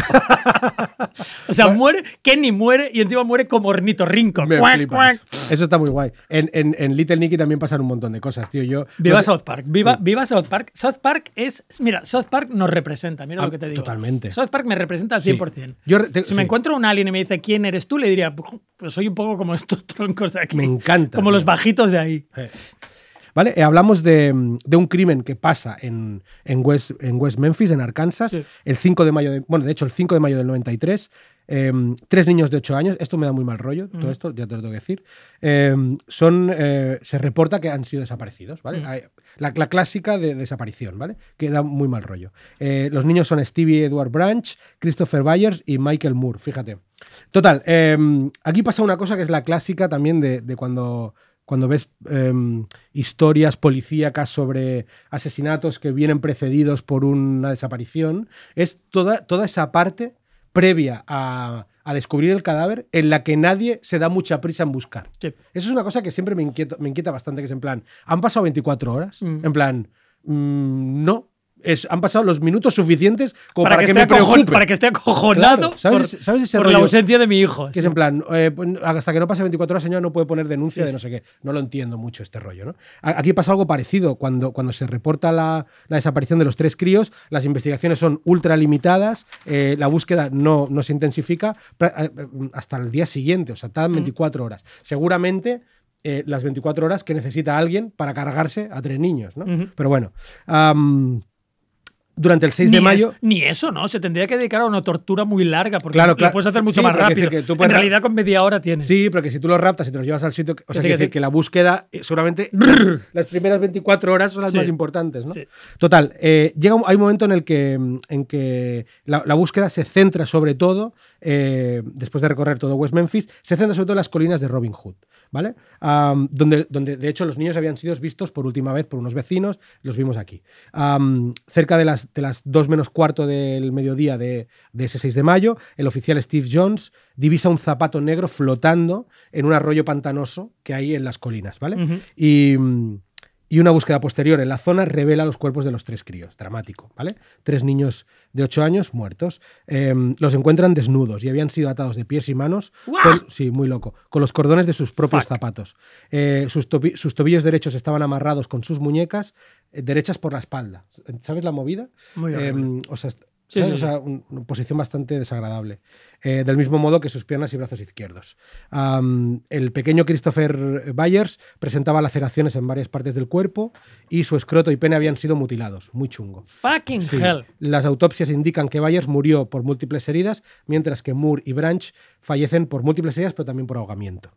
O sea, muere, Kenny muere y encima muere como ornitorrinco. Me Cuac, flipas. cuac. Eso está muy guay. En, en- en Little Nicky también pasan un montón de cosas, tío. Yo, Viva no sé- South Park, viva, Sí. viva South Park. South Park es. Mira, South Park nos representa, mira Ah, lo que te digo. totalmente. South Park me representa al Sí. cien por ciento. Yo re- te- si me sí. encuentro un alien y me dice quién eres tú, le diría, pues soy un poco como estos troncos de aquí. Me encanta, Como tío. los bajitos de ahí. Eh. ¿Vale? Eh, hablamos de, de un crimen que pasa en, en, West, en West Memphis, en Arkansas, Sí. el cinco de mayo, de, bueno, de hecho, el cinco de mayo del noventa y tres. Eh, tres niños de ocho años, esto me da muy mal rollo, todo esto, ya te lo tengo que decir. Eh, son, eh, se reporta que han sido desaparecidos, ¿vale? Mm. Hay- La, la clásica de desaparición, ¿vale? Que da muy mal rollo. Eh, los niños son Stevie Edward Branch, Christopher Byers y Michael Moore, fíjate. Total, eh, aquí pasa una cosa que es la clásica también de, de cuando, cuando ves eh, historias policíacas sobre asesinatos que vienen precedidos por una desaparición. Es toda, toda esa parte previa a, a descubrir el cadáver en la que nadie se da mucha prisa en buscar. Sí. Eso es una cosa que siempre me inquieta, me inquieta bastante, que es en plan, ¿han pasado veinticuatro horas? Mm. En plan, mm, no. Es, han pasado los minutos suficientes como para, que, esté me acojon- preocupe. para que esté acojonado Claro, ¿sabes por, ese- sabes ese por la rollo? ausencia de mi hijo. Que Sí. es en plan, eh, pues, hasta que no pase veinticuatro horas, señor, no puede poner denuncia Sí, de no sí. sé qué. No lo entiendo mucho este rollo, ¿no? A- Aquí pasa algo parecido. Cuando, cuando se reporta la, la desaparición de los tres críos, las investigaciones son ultra limitadas, eh, la búsqueda no, no se intensifica pra- eh, hasta el día siguiente, o sea, tardan veinticuatro horas. Seguramente eh, las veinticuatro horas que necesita alguien para cargarse a tres niños, ¿no? Ujú. Pero bueno. am, durante el seis Ni de mayo. eso- ni eso, ¿no? Se tendría que dedicar a una tortura muy larga porque Claro, lo claro. puedes hacer mucho Sí, más porque es rápido. decir, que tú En puedes- realidad con media hora tienes. Sí, pero que si tú los raptas y te los llevas al sitio, o sea, Que sí, quiere que decir sí. que la búsqueda, eh, seguramente las primeras veinticuatro horas son las Sí. más importantes, ¿no? Sí. Total, eh, llega un, hay un momento en el que, en que la, la búsqueda se centra sobre todo, eh, después de recorrer todo West Memphis, se centra sobre todo en las colinas de Robin Hood, ¿vale? Am, donde, donde de hecho los niños habían sido vistos por última vez por unos vecinos, los vimos aquí. Am, cerca de las, de las dos menos cuarto del mediodía de, de ese seis de mayo, el oficial Steve Jones divisa un zapato negro flotando en un arroyo pantanoso que hay en las colinas, ¿vale? Ujú. Y, mm, y una búsqueda posterior en la zona revela los cuerpos de los tres críos. Dramático, ¿vale? Tres niños de ocho años muertos. Eh, los encuentran desnudos y habían sido atados de pies y manos. ¡Guau! Con, sí, muy loco. Con los cordones de sus propios Fuck. zapatos. Eh, sus, topi- sus tobillos derechos estaban amarrados con sus muñecas eh, derechas por la espalda. ¿Sabes la movida? Muy Eh, horrible. o sea, est- Sí, ¿sabes? sí, O sea, un- una posición bastante desagradable. Eh, del mismo modo que sus piernas y brazos izquierdos. Am, el pequeño Christopher Byers presentaba laceraciones en varias partes del cuerpo y su escroto y pene habían sido mutilados. Muy chungo. Fucking Sí. hell. Las autopsias indican que Byers murió por múltiples heridas, mientras que Moore y Branch fallecen por múltiples heridas, pero también por ahogamiento.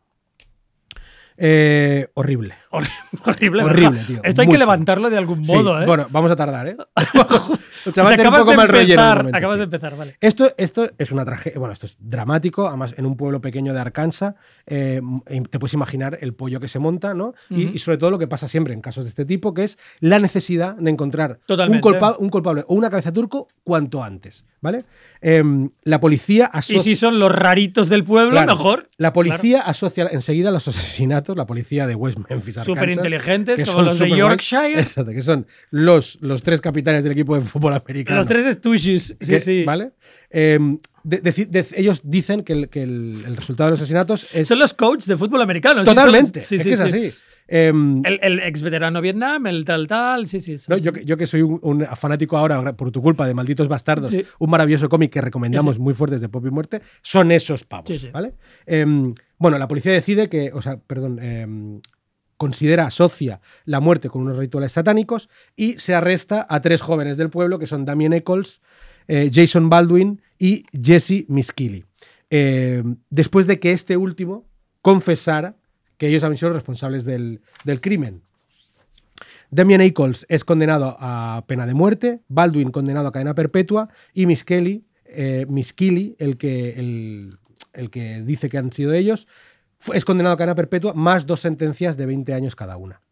Eh, horrible. Horri- Horrible, Horrible, ¿verdad? tío, Esto hay que mucho. levantarlo de algún Sí, modo, ¿eh? Bueno, vamos a tardar, ¿eh? O sea, Se va a hacer un acabas poco de mal rollero en un empezar, momento, acabas sí. de empezar, vale. Esto, esto es una tragedia, bueno, esto es dramático, además en un pueblo pequeño de Arkansas, eh, te puedes imaginar el pollo que se monta, ¿no? Y- Ujú. y, sobre todo lo que pasa siempre en casos de este tipo, que es la necesidad de encontrar un, Totalmente. culpa- un culpable o una cabeza turco cuanto antes, ¿vale? Em, la policía Y asocia... si son los raritos del pueblo, Claro, mejor. La policía asocia enseguida los asesinatos, la policía de West Memphis, Arkansas, Superinteligentes, que como son los de superguays. Yorkshire. Exacto, que son los, los tres capitanes del equipo de fútbol americano. Los tres estuches. Sí, Que- sí. ¿Vale? Eh, de- de- de- ellos dicen que, el, que el- el resultado de los asesinatos es. Son los coaches de fútbol americano. sí, son- Totalmente. sí, es sí, que es sí. así. Eh, El, el ex veterano Vietnam, el tal, tal. Sí, sí. son- no, yo, que- yo que soy un, un fanático ahora, por tu culpa, de Malditos Bastardos, Sí. un maravilloso cómic que recomendamos Sí, sí. muy fuertes de Pop y Muerte, son esos pavos. Sí, sí. ¿Vale? Eh, bueno, la policía decide que, o sea, perdón, eh, considera, asocia la muerte con unos rituales satánicos y se arresta a tres jóvenes del pueblo que son Damien Eccles, eh, Jason Baldwin y Jesse Miskili. Eh, después de que este último confesara que ellos habían sido los responsables del, del crimen. Damien Ackles es condenado a pena de muerte, Baldwin condenado a cadena perpetua y Miss Kelly, eh, Miss Kelly, el que, el, el que dice que han sido ellos, es condenado a cadena perpetua más dos sentencias de veinte años cada una.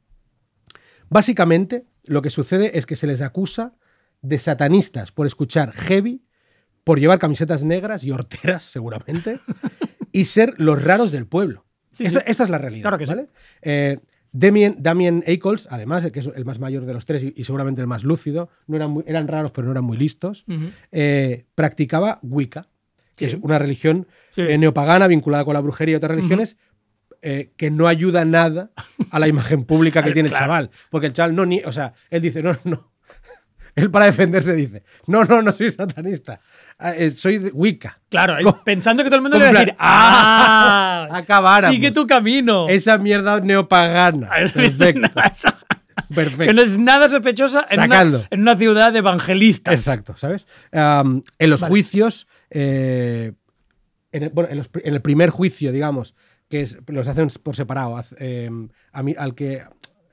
Básicamente, lo que sucede es que se les acusa de satanistas por escuchar heavy, por llevar camisetas negras y horteras, seguramente, y ser los raros del pueblo. Sí, esta, sí. esta es la realidad. Claro que ¿vale? sí. Eh, Damien, Damien Ackles, además, que es el más mayor de los tres y, y seguramente el más lúcido, no eran, muy, eran raros pero no eran muy listos, Uh-huh. eh, practicaba Wicca, que Sí. es una religión Sí. eh, neopagana vinculada con la brujería y otras religiones, uh-huh. eh, que no ayuda nada a la imagen pública que Claro. tiene el chaval. Porque el chaval no ni... O sea, él dice, no, no. Él para defenderse dice, no, no, no soy satanista, eh, soy de Wicca. Claro, él Con- pensando que todo el mundo con le va a plan, decir, ¡ah! acabáramos. Sigue tu camino. Esa mierda neopagana. Perfecto. Perfecto. Que no es nada sospechosa en una, Sacadlo. en una ciudad de evangelistas. Exacto, ¿sabes? Um, en los Vale. juicios, eh, en, el, bueno, en, los, en el primer juicio, digamos, que es, los hacen por separado, haz- eh, a mí, al que,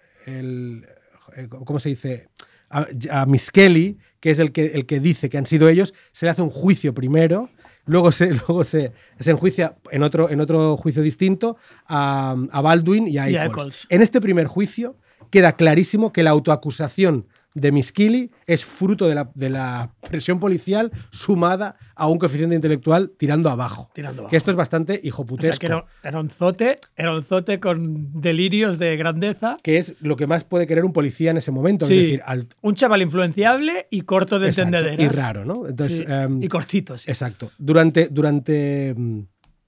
el, eh, ¿cómo se dice? A, a Miss Kelly, que es el que, el que dice que han sido ellos, se le hace un juicio primero, luego se, luego se, se enjuicia en otro, en otro juicio distinto a, a Baldwin y a Y a Ackles. Ackles. En este primer juicio queda clarísimo que la autoacusación de Miss Kelly es fruto de la, de la presión policial sumada a un coeficiente intelectual tirando abajo. Tirando abajo. Que esto es bastante O sea, hijoputesco. que era, era un zote, era un zote con delirios de grandeza. Que es lo que más puede querer un policía en ese momento. Sí, Es decir, al, un chaval influenciable y corto de exacto, entendederas. y raro, ¿no? Entonces, Sí, em, y cortito, sí. Exacto. Durante, durante, mm,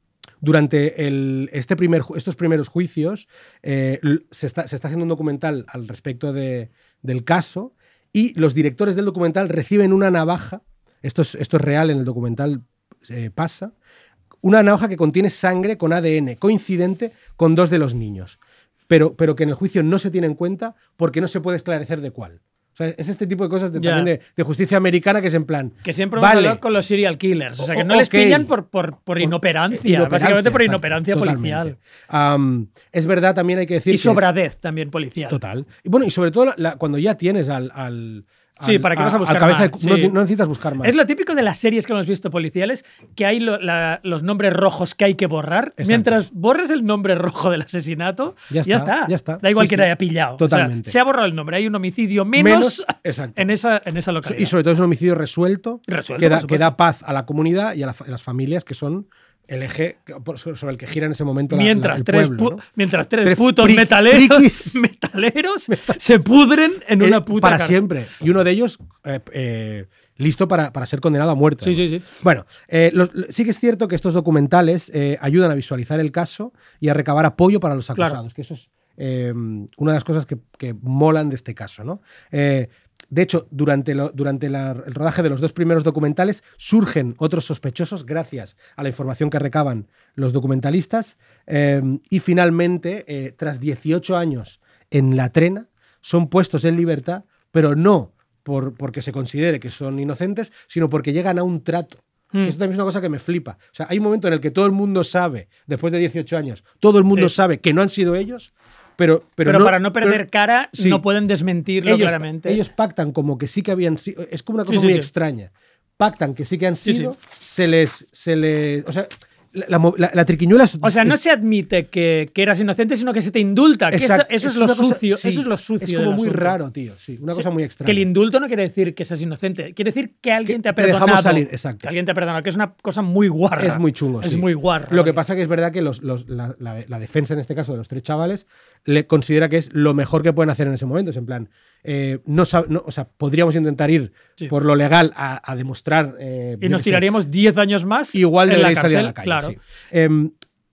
durante el, este primer, ju- estos primeros juicios eh, l- se, está, se está haciendo un documental al respecto de- del caso y los directores del documental reciben una navaja, esto es, esto es real, en el documental eh, pasa, una navaja que contiene sangre con A D N coincidente con dos de los niños, pero, pero que en el juicio no se tiene en cuenta porque no se puede esclarecer de cuál. O sea, es este tipo de cosas de, Ya. también de, de justicia americana que es en plan. Que siempre hemos vale, hablado con los serial killers. O sea, que no O- les ok. pillan por, por, por inoperancia, Inoperancia, básicamente por exacto, inoperancia policial. totalmente. Um, es verdad, también hay que decir Y que- sobradez también policial. Total. Y bueno, y sobre todo la- la- cuando ya tienes al. al Sí, al- ¿para qué vas a buscar cabeza de- más? no, Sí. no necesitas buscar más. Es lo típico de las series que hemos visto policiales, que hay lo- la- los nombres rojos que hay que borrar. Exacto. Mientras borres el nombre rojo del asesinato, Ya ya está, está. ya está. Da igual Sí, que sí. lo haya pillado. Totalmente. O sea, se ha borrado el nombre. Hay un homicidio menos, Menos, exacto. en, esa, en esa localidad. Y sobre todo es un homicidio resuelto, Resuelto, que, da, por supuesto. que da paz a la comunidad y a, la fa- a las familias que son el eje que- por- sobre el que gira en ese momento la- mientras, la- el tres pueblo, pu- ¿no? mientras tres, Tres putos fric- metaleros, frikis. metaleros se pudren en Eh, una puta para cárcel. siempre. Y uno de ellos eh, eh, listo para, para ser condenado a muerte. Sí, sí, sí. Bueno, eh, los- sí que es cierto que estos documentales eh, ayudan a visualizar el caso y a recabar apoyo para los Claro. acusados, que eso es eh, una de las cosas que, que molan de este caso, ¿no? Eh, de hecho, durante, lo- durante la- el rodaje de los dos primeros documentales surgen otros sospechosos gracias a la información que recaban los documentalistas eh, y finalmente, eh, tras dieciocho años en la trena, son puestos en libertad, pero no por, porque se considere que son inocentes, sino porque llegan a un trato. Mm. Esto también es una cosa que me flipa. O sea, hay un momento en el que todo el mundo sabe, después de dieciocho años, todo el mundo Sí. sabe que no han sido ellos, pero... Pero, Pero, para no perder pero- cara, sí. no pueden desmentirlo ellos, claramente. ellos pactan como que sí que habían sido... Es como una cosa Sí, sí, muy sí. extraña. Pactan que sí que han Sí, sido, sí. se les... Se les o sea, la, la, mo- la- la triquiñuela es- O sea, no es- se admite que, que eras inocente, sino que se te indulta. Que eso, Exacto, eso es, es lo una cosa- sucio. sí, eso es lo sucio. es como del muy asunto. raro, tío. Sí, una Sí, cosa muy extraña. Que el indulto no quiere decir que seas inocente. Quiere decir que alguien te ha te dejamos perdonado. salir, exacto. Que alguien te ha perdonado, que es una cosa muy guarra. Es muy chungo, Es sí. muy guarra. Lo que vale. pasa que es verdad que los- los- la, la- la defensa, en este caso, de los tres chavales, le considera que es lo mejor que pueden hacer en ese momento. Es en plan, eh, no, sab- no- o sea, podríamos intentar ir Sí. por lo legal a, a demostrar... eh, Y yo nos qué sé, tiraríamos diez años más. igual en la deberéis salir a cárcel, la calle. Claro. sí. Em,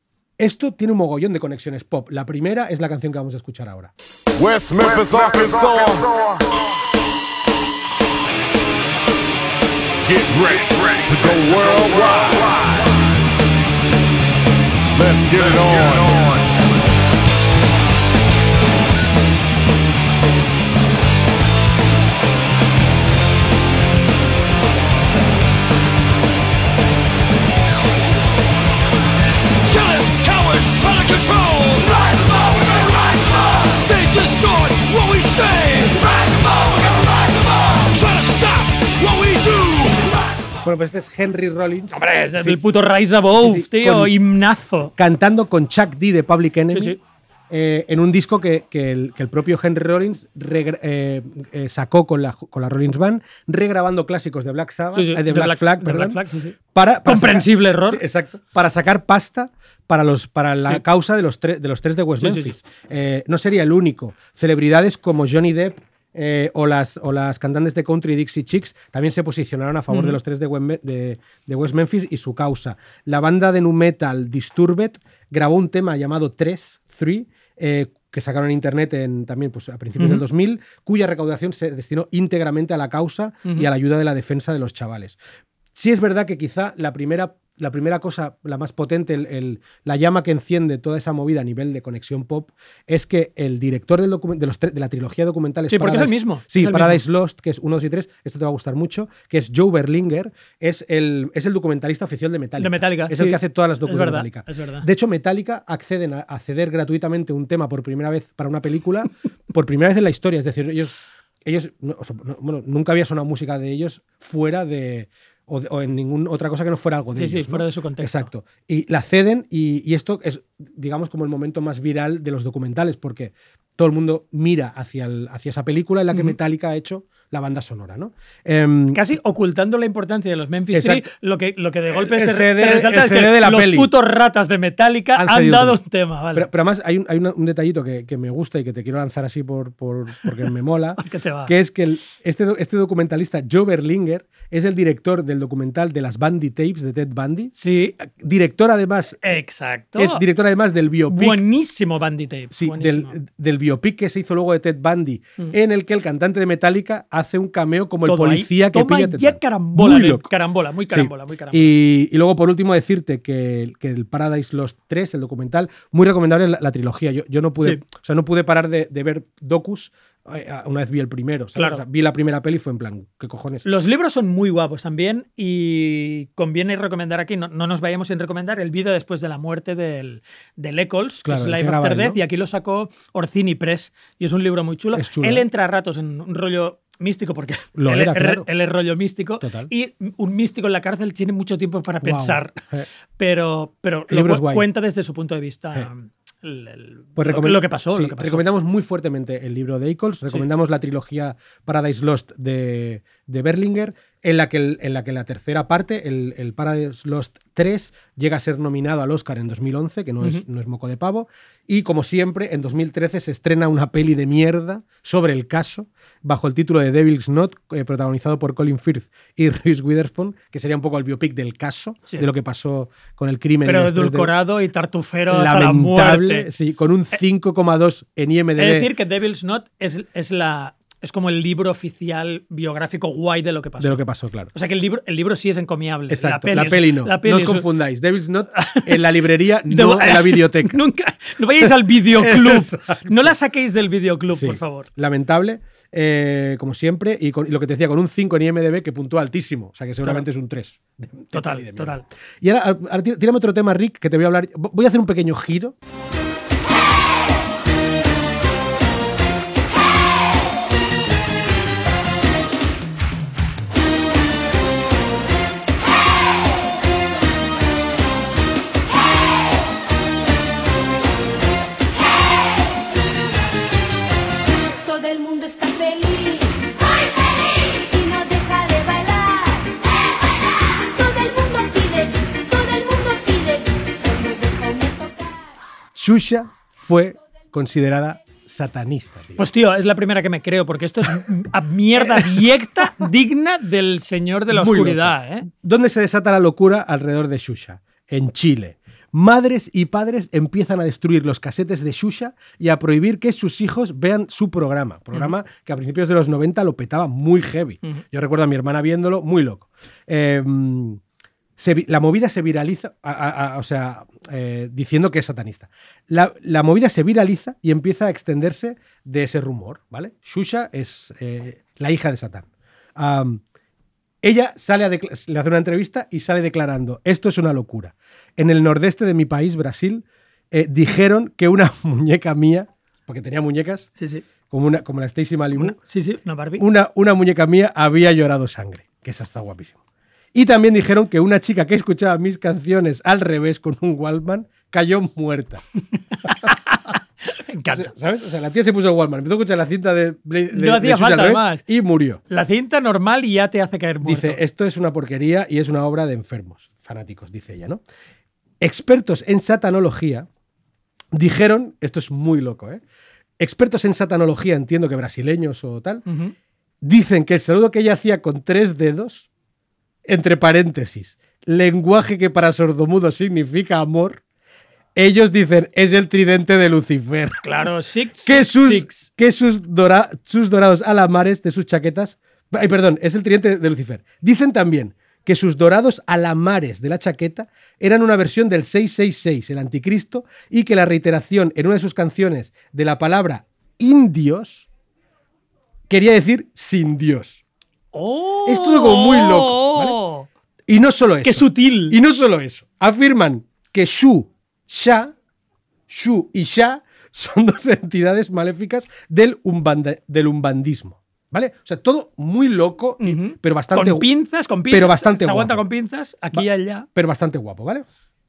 esto tiene un mogollón de conexiones pop. La primera es la canción que vamos a escuchar ahora. West Memphis, Arkansas. Get ready to go worldwide. Let's get it on. Jealous cowards trying to control. Rise above, we may rise above. They distort what we say. Bueno, pues este es Henry Rollins. Hombre, es Sí. el puto Rise Above, Sí, sí, tío, con- himnazo. Cantando con Chuck D de Public Enemy. Sí, sí. eh, en un disco que, que el, que el propio Henry Rollins regra- eh, eh, sacó con la, con la Rollins Band, regrabando clásicos de Black Sabbath, Sí, sí, eh, de, de Black, Black- Flag, de perdón, Black Flag, sí, sí. Para, para Comprensible sacar- error. sí, exacto. Para sacar pasta para, los, para la Sí. causa de los, tre- de los tres de West Sí, sí, Memphis. sí. Eh, no sería el único. Celebridades como Johnny Depp eh, o, las, o las cantantes de country Dixie Chicks también se posicionaron a favor Ujú. de los tres de, Wem- de- de West Memphis y su causa. La banda de nu metal Disturbed grabó un tema llamado tres, Three, eh, que sacaron en internet en, también pues, a principios Ujú. del dos mil, cuya recaudación se destinó íntegramente a la causa Ujú. y a la ayuda de la defensa de los chavales. Sí es verdad que quizá la primera, la primera cosa, la más potente, el- el- la llama que enciende toda esa movida a nivel de conexión pop, es que el director del docu- de, los tre- de la trilogía documental Sí, porque es el mismo, Sí, es el Paradise Lost, que es uno, dos y tres, esto te va a gustar mucho, que es Joe Berlinger, es el, es el documentalista oficial de Metallica. De Metallica, Es sí. el que hace todas las Es documentales de verdad, Metallica. es verdad. De hecho, Metallica acceden a, a ceder gratuitamente un tema por primera vez para una película, por primera vez en la historia. Es decir, ellos, ellos no, o sea, no- bueno, nunca había sonado música de ellos fuera de o, de- o en ninguna otra cosa que no fuera algo de Sí, sí, ellos. ¿no? fuera de su contexto. Exacto. Y la ceden y, y esto es, digamos, como el momento más viral de los documentales, porque todo el mundo mira hacia, el- hacia esa película en la que Ujú. Metallica ha hecho la banda sonora, ¿no? Em, Casi ocultando la importancia de los Memphis Three, Exacto. lo que, lo que de golpe El se, C D se resalta el es C D que de la los peli. putos ratas de Metallica Han han, cedido dado un un tema, ¿vale? Pero, pero además hay un, hay una- un detallito que, que me gusta y que te quiero lanzar así por, por- porque me mola, ¿Qué te va? que es que el- este, do- este documentalista, Joe Berlinger, es el director del documental de las Bundy Tapes de Ted Bundy. Sí. Director además, Exacto. es director además del biopic. Buenísimo Bandy Tape. Sí, buenísimo. del, del biopic que se hizo luego de Ted Bundy, Mm. en el que el cantante de Metallica hace un cameo como el Todo ahí. policía que Toma pilla a Ted ya Bundy. carambola, Muy nen, loco. carambola, muy Sí. carambola, muy carambola. Y, y luego, por último, decirte que, que el Paradise Lost tres, el documental, muy recomendable la, la trilogía. Yo, yo no pude, Sí. o sea, no pude parar de, de ver docus eh, una vez vi el primero. ¿sabes? Claro. O sea, vi la primera peli y fue en plan, ¿qué cojones? Los libros son muy guapos también y conviene recomendar aquí, no, no nos vayamos sin recomendar, el vídeo después de la muerte del, del Eccles, Claro, que el es que Life graba After él, Death, ¿no? y aquí lo sacó Orsini Press y es un libro muy chulo. Es chulo, Él ¿eh? entra a ratos en un rollo místico porque Lo él, era, él- claro. él es rollo místico Total. y un místico en la cárcel tiene mucho tiempo para Guau. pensar, Eh. pero, pero El lo libro es cu- guay. cuenta desde su punto de vista. Eh. el- el- Pues lo, que, recomend- lo que pasó, sí, lo que pasó. recomendamos muy fuertemente el libro de Eccles, recomendamos la trilogía Paradise Lost de, de Berlinger, en la que, el- en la que la tercera parte, el, el Paradise Lost tres, llega a ser nominado al Oscar en dos mil once, que no, es, Ujú. no es moco de pavo, y como siempre, en dos mil trece se estrena una peli de mierda sobre el caso, bajo el título de Devil's Knot, eh, protagonizado por Colin Firth y Reese Witherspoon, que sería un poco el biopic del caso, Sí. de lo que pasó con el crimen. Pero después del- edulcorado y tartufero hasta la lamentable, muerte. sí, con un cinco coma dos en I M D B. Es decir, que Devil's Knot es, es, la, es como el libro oficial biográfico guay de lo que pasó. de lo que pasó, claro. O sea que el libro, el libro sí es encomiable. Exacto, la la peli, peli, es- no. la peli no os es- confundáis. Devil's Knot en la librería, De- no en la videoteca. Nunca. No vayáis al videoclub. Exacto. No la saquéis del videoclub, Sí, por favor. Lamentable, eh, como siempre, y, con, y lo que te decía, con un cinco en I M D B que puntúa altísimo, o sea que seguramente Claro. es un tres. De- de Total, peli de mierda. total. Y ahora, ahora tí- tírame otro tema, Rick, que te voy a hablar. Voy a hacer un pequeño giro. Todo el mundo está feliz, muy feliz, y no deja de bailar, todo el mundo pide bis, todo el mundo pide bis, cuando deja una tocar. Shusha fue considerada satanista, tío. Pues tío, es la primera que me creo, porque esto es a mierda abyecta digna del señor de la Muy oscuridad, ¿eh? ¿Dónde se desata la locura alrededor de Shusha? En Chile. Madres y padres empiezan a destruir los casetes de Shusha y a prohibir que sus hijos vean su programa. Programa que a principios de los noventa lo petaba muy heavy. Ujú. Yo recuerdo a mi hermana viéndolo, muy loco. Eh, se vi- la movida se viraliza, a- a- a- o sea, eh, diciendo que es satanista. La, la movida se viraliza y empieza a extenderse de ese rumor, ¿vale? Shusha es eh, la hija de Satán. Am, ella sale a decla- le hace una entrevista y sale declarando, esto es una locura. En el nordeste de mi país, Brasil, eh, dijeron que una muñeca mía, porque tenía muñecas, Sí, sí. como, una, como la Stacy Malibu, Una- sí, sí, una Barbie. una, una muñeca mía había llorado sangre, que esa está guapísimo. Y también dijeron que una chica que escuchaba mis canciones al revés con un Walkman cayó muerta. Me encanta. ¿Sabes? O sea, la tía se puso el Walkman, empezó a escuchar la cinta de, de, No hacía de Xuxa falta al revés más. y murió. La cinta normal y ya te hace caer muerto. Dice, esto es una porquería y es una obra de enfermos, fanáticos, dice ella, ¿no? Expertos en satanología dijeron, esto es muy loco, ¿eh? Expertos en satanología, entiendo que brasileños o tal, Ujú. dicen que el saludo que ella hacía con tres dedos, entre paréntesis, lenguaje que para sordomudos significa amor, ellos dicen es el tridente de Lucifer. Claro, six, Que sus, six. que sus, dora- sus dorados alamares de sus chaquetas. Ay, perdón, es el tridente de Lucifer. Dicen también que sus dorados alamares de la chaqueta eran una versión del seiscientos sesenta y seis, el anticristo, y que la reiteración en una de sus canciones de la palabra indios quería decir sin Dios. ¡Oh! Es todo como muy loco, ¿vale? Y no solo eso. ¡Qué sutil! Y no solo eso. Afirman que Shu, Sha, Shu y Sha son dos entidades maléficas del, umbanda, del umbandismo. ¿Vale? O sea, todo muy loco, y- Ujú. pero bastante Con pinzas, con pinzas. pero bastante Se aguanta guapo. con pinzas, aquí Va- y allá. Pero bastante guapo, ¿vale?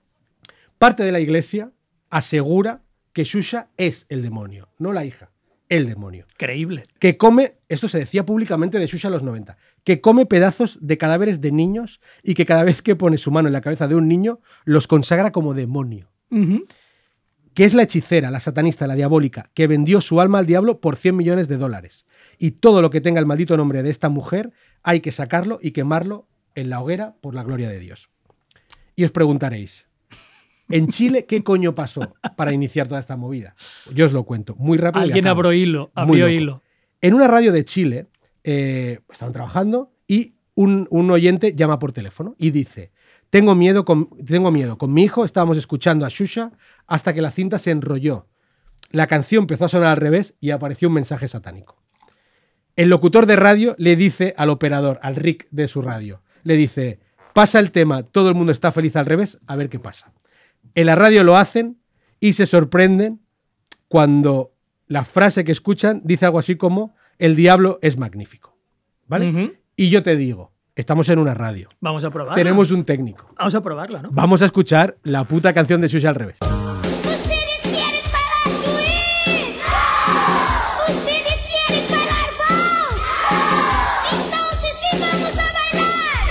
Parte de la iglesia asegura que Xuxa es el demonio, no la hija, el demonio. Creíble. Que come, esto se decía públicamente de Xuxa en los noventa, que come pedazos de cadáveres de niños y que cada vez que pone su mano en la cabeza de un niño los consagra como demonio. Ujú. Que es la hechicera, la satanista, la diabólica, que vendió su alma al diablo por cien millones de dólares. Y todo lo que tenga el maldito nombre de esta mujer hay que sacarlo y quemarlo en la hoguera por la gloria de Dios. Y os preguntaréis, ¿en Chile qué coño pasó para iniciar toda esta movida? Yo os lo cuento, muy rápido. y Alguien acabo. abrió hilo, Muy abrió loco. hilo. En una radio de Chile eh, estaban trabajando y un, un oyente llama por teléfono y dice: tengo miedo, con, tengo miedo. Con mi hijo estábamos escuchando a Xuxa hasta que la cinta se enrolló. La canción empezó a sonar al revés y apareció un mensaje satánico. El locutor de radio le dice al operador, al Rick de su radio, le dice: pasa el tema, todo el mundo está feliz al revés, a ver qué pasa. En la radio lo hacen y se sorprenden cuando la frase que escuchan dice algo así como: el diablo es magnífico. ¿Vale? Ujú. Y yo te digo, estamos en una radio. Vamos a probarlo. Tenemos un técnico. Vamos a probarlo, ¿no? Vamos a escuchar la puta canción de Xuxa al revés. ¿Ustedes quieren bailar twist? ¿Ustedes quieren bailar funk? Entonces, ¿qué vamos a bailar?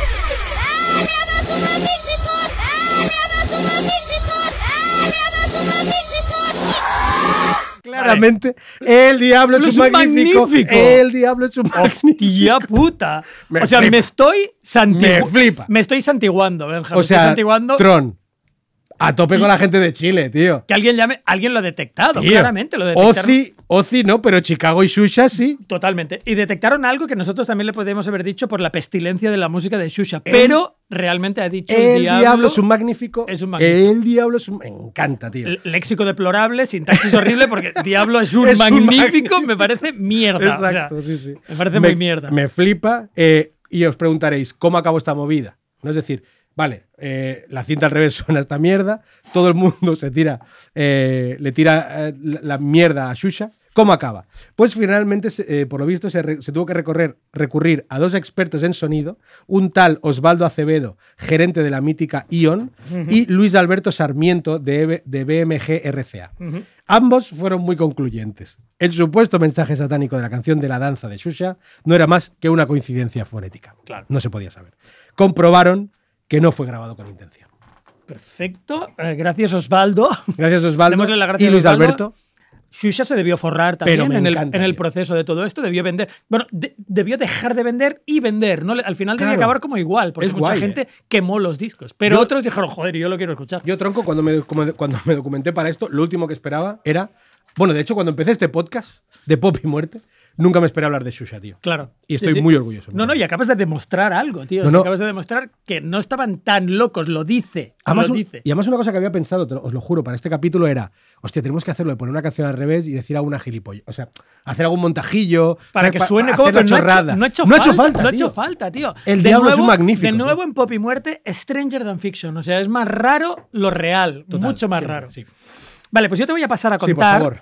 ¡Dale abajo, mamísicos! ¡Dale abajo, mamísicos! ¡Dale abajo, mamísicos! Claramente, el diablo es, Es un un magnífico. magnífico. El diablo es un magnífico. ¡Hostia puta! Me o sea, flipa. me estoy santiguando. Me flipa. Me estoy santiguando, Benja. O me estoy sea, santiguando. Tron, a tope con la gente de Chile, tío. Que alguien llame. Alguien lo ha detectado, Tío, claramente. Lo detectaron. Ozzy, Ozzy no, pero Chicago y Xuxa sí. Totalmente. Y detectaron algo que nosotros también le podríamos haber dicho por la pestilencia de la música de Xuxa. Pero realmente ha dicho el, El diablo, es un magnífico. es un magnífico. El diablo es un. Me encanta, tío. L- Léxico deplorable, sintaxis horrible, porque diablo es un, Es un magnífico, magnífico. me parece mierda. o sea, Exacto, sí, sí. Me parece muy mierda. Me flipa. eh, y os preguntaréis, ¿cómo acabó esta movida? ¿No? Es decir, vale, eh, la cinta al revés suena esta mierda, todo el mundo se tira, eh, le tira eh, la, la mierda a Xuxa. ¿Cómo acaba? Pues finalmente, se- eh, por lo visto, se, re- se tuvo que recorrer, recurrir a dos expertos en sonido, un tal Osvaldo Acevedo, gerente de la mítica Ion, y Luis Alberto Sarmiento, de, E B- de B M G R C A. Ujú. Ambos fueron muy concluyentes. El supuesto mensaje satánico de la canción de la danza de Xuxa no era más que una coincidencia fonética. Claro. No se podía saber. Comprobaron que no fue grabado con intención. Perfecto. Eh, gracias, Osvaldo. Gracias, Osvaldo. Démosle las gracias y a Luis Osvaldo. Alberto. Xuxa se debió forrar Pero también me en el, encanta, en el tío. proceso de todo esto. Debió vender. Bueno, de- debió dejar de vender y vender. ¿no? Al final debía Claro. acabar como igual, porque Es mucha guay, gente eh. quemó los discos. Pero Yo- otros dijeron, joder, yo lo quiero escuchar. Yo, tronco, cuando me, como- cuando me documenté para esto, lo último que esperaba era. Bueno, de hecho, cuando empecé este podcast de Pop y Muerte, nunca me esperé hablar de Xuxa, tío. Claro. Y Sí, estoy sí. muy orgulloso. No, no, y acabas de demostrar algo, tío. No, O sea, no. acabas de demostrar que no estaban tan locos, lo dice. Además, lo un- dice. y además una cosa que había pensado, te lo- os lo juro, para este capítulo era, hostia, tenemos que hacerlo de poner una canción al revés y decir alguna gilipollas. O sea, hacer algún montajillo. Para ¿sabes? que Pa- suene pa- como hacer la pero no ha hecho- chorrada. No ha hecho, No ha falta, hecho falta, no ha tío. hecho falta, tío. El De diablo es un nuevo- magnífico, De nuevo tío. en Pop y Muerte, Stranger Than Fiction. O sea, es más raro lo real. Total, mucho más siempre, raro. sí. Vale, pues yo te voy a pasar a Sí, por contar. favor.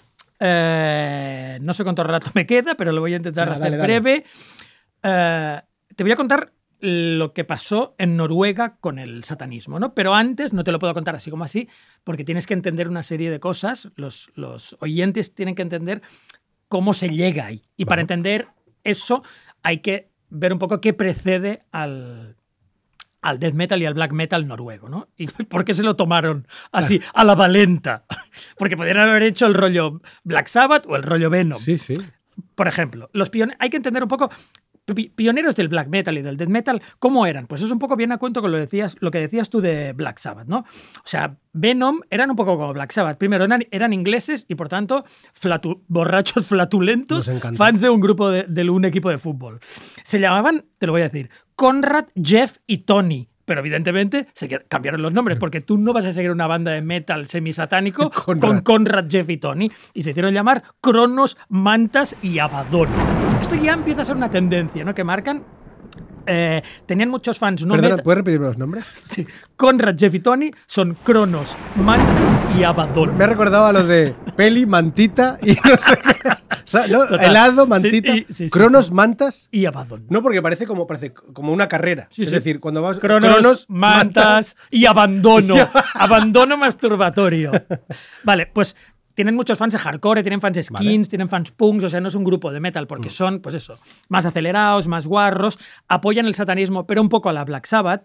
Eh, no sé cuánto rato me queda, pero lo voy a intentar Venga, hacer dale, dale. breve. Eh, te voy a contar lo que pasó en Noruega con el satanismo, ¿no? Pero antes, no te lo puedo contar así como así, porque tienes que entender una serie de cosas, los, los oyentes tienen que entender cómo se llega ahí. Y claro. Para entender eso hay que ver un poco qué precede al, al death metal y al black metal noruego, ¿no? ¿Y por qué se lo tomaron así, claro. a la valenta? Porque podrían haber hecho el rollo Black Sabbath o el rollo Venom. Sí, sí. Por ejemplo, los pione- hay que entender un poco... Pioneros del black metal y del death metal, ¿cómo eran? Pues es un poco bien a cuento con lo, decías, lo que decías tú de Black Sabbath, ¿no? O sea, Venom eran un poco como Black Sabbath. Primero, eran, eran ingleses y, por tanto, flatu- borrachos flatulentos, fans de un grupo de, de un equipo de fútbol. Se llamaban, te lo voy a decir, Conrad, Jeff y Tony. Pero evidentemente se cambiaron los nombres, porque tú no vas a seguir una banda de metal semisatánico Conrad. con Conrad, Jeff y Tony. Y se hicieron llamar Cronos, Mantas y Abaddon. Esto ya empieza a ser una tendencia, ¿no? Que marcan... Eh, tenían muchos fans. ¿No? Perdona, ¿puedes repetirme los nombres? Sí. Conrad, Jeff y Tony son Cronos, Mantas y Abaddon. Me ha recordado a los de peli, mantita y no sé qué. O sea, ¿no? Helado, mantita, sí, sí, sí, Cronos, sí. Mantas y Abaddon. No, porque parece como, parece como una carrera. Sí, es sí. decir, cuando vas... Cronos, Cronos mantas, mantas y abandono. Abandono masturbatorio. Vale, pues... Tienen muchos fans de hardcore, tienen fans skins, vale. tienen fans punks, o sea, no es un grupo de metal porque mm. son, pues eso, más acelerados, más guarros, apoyan el satanismo, pero un poco a la Black Sabbath,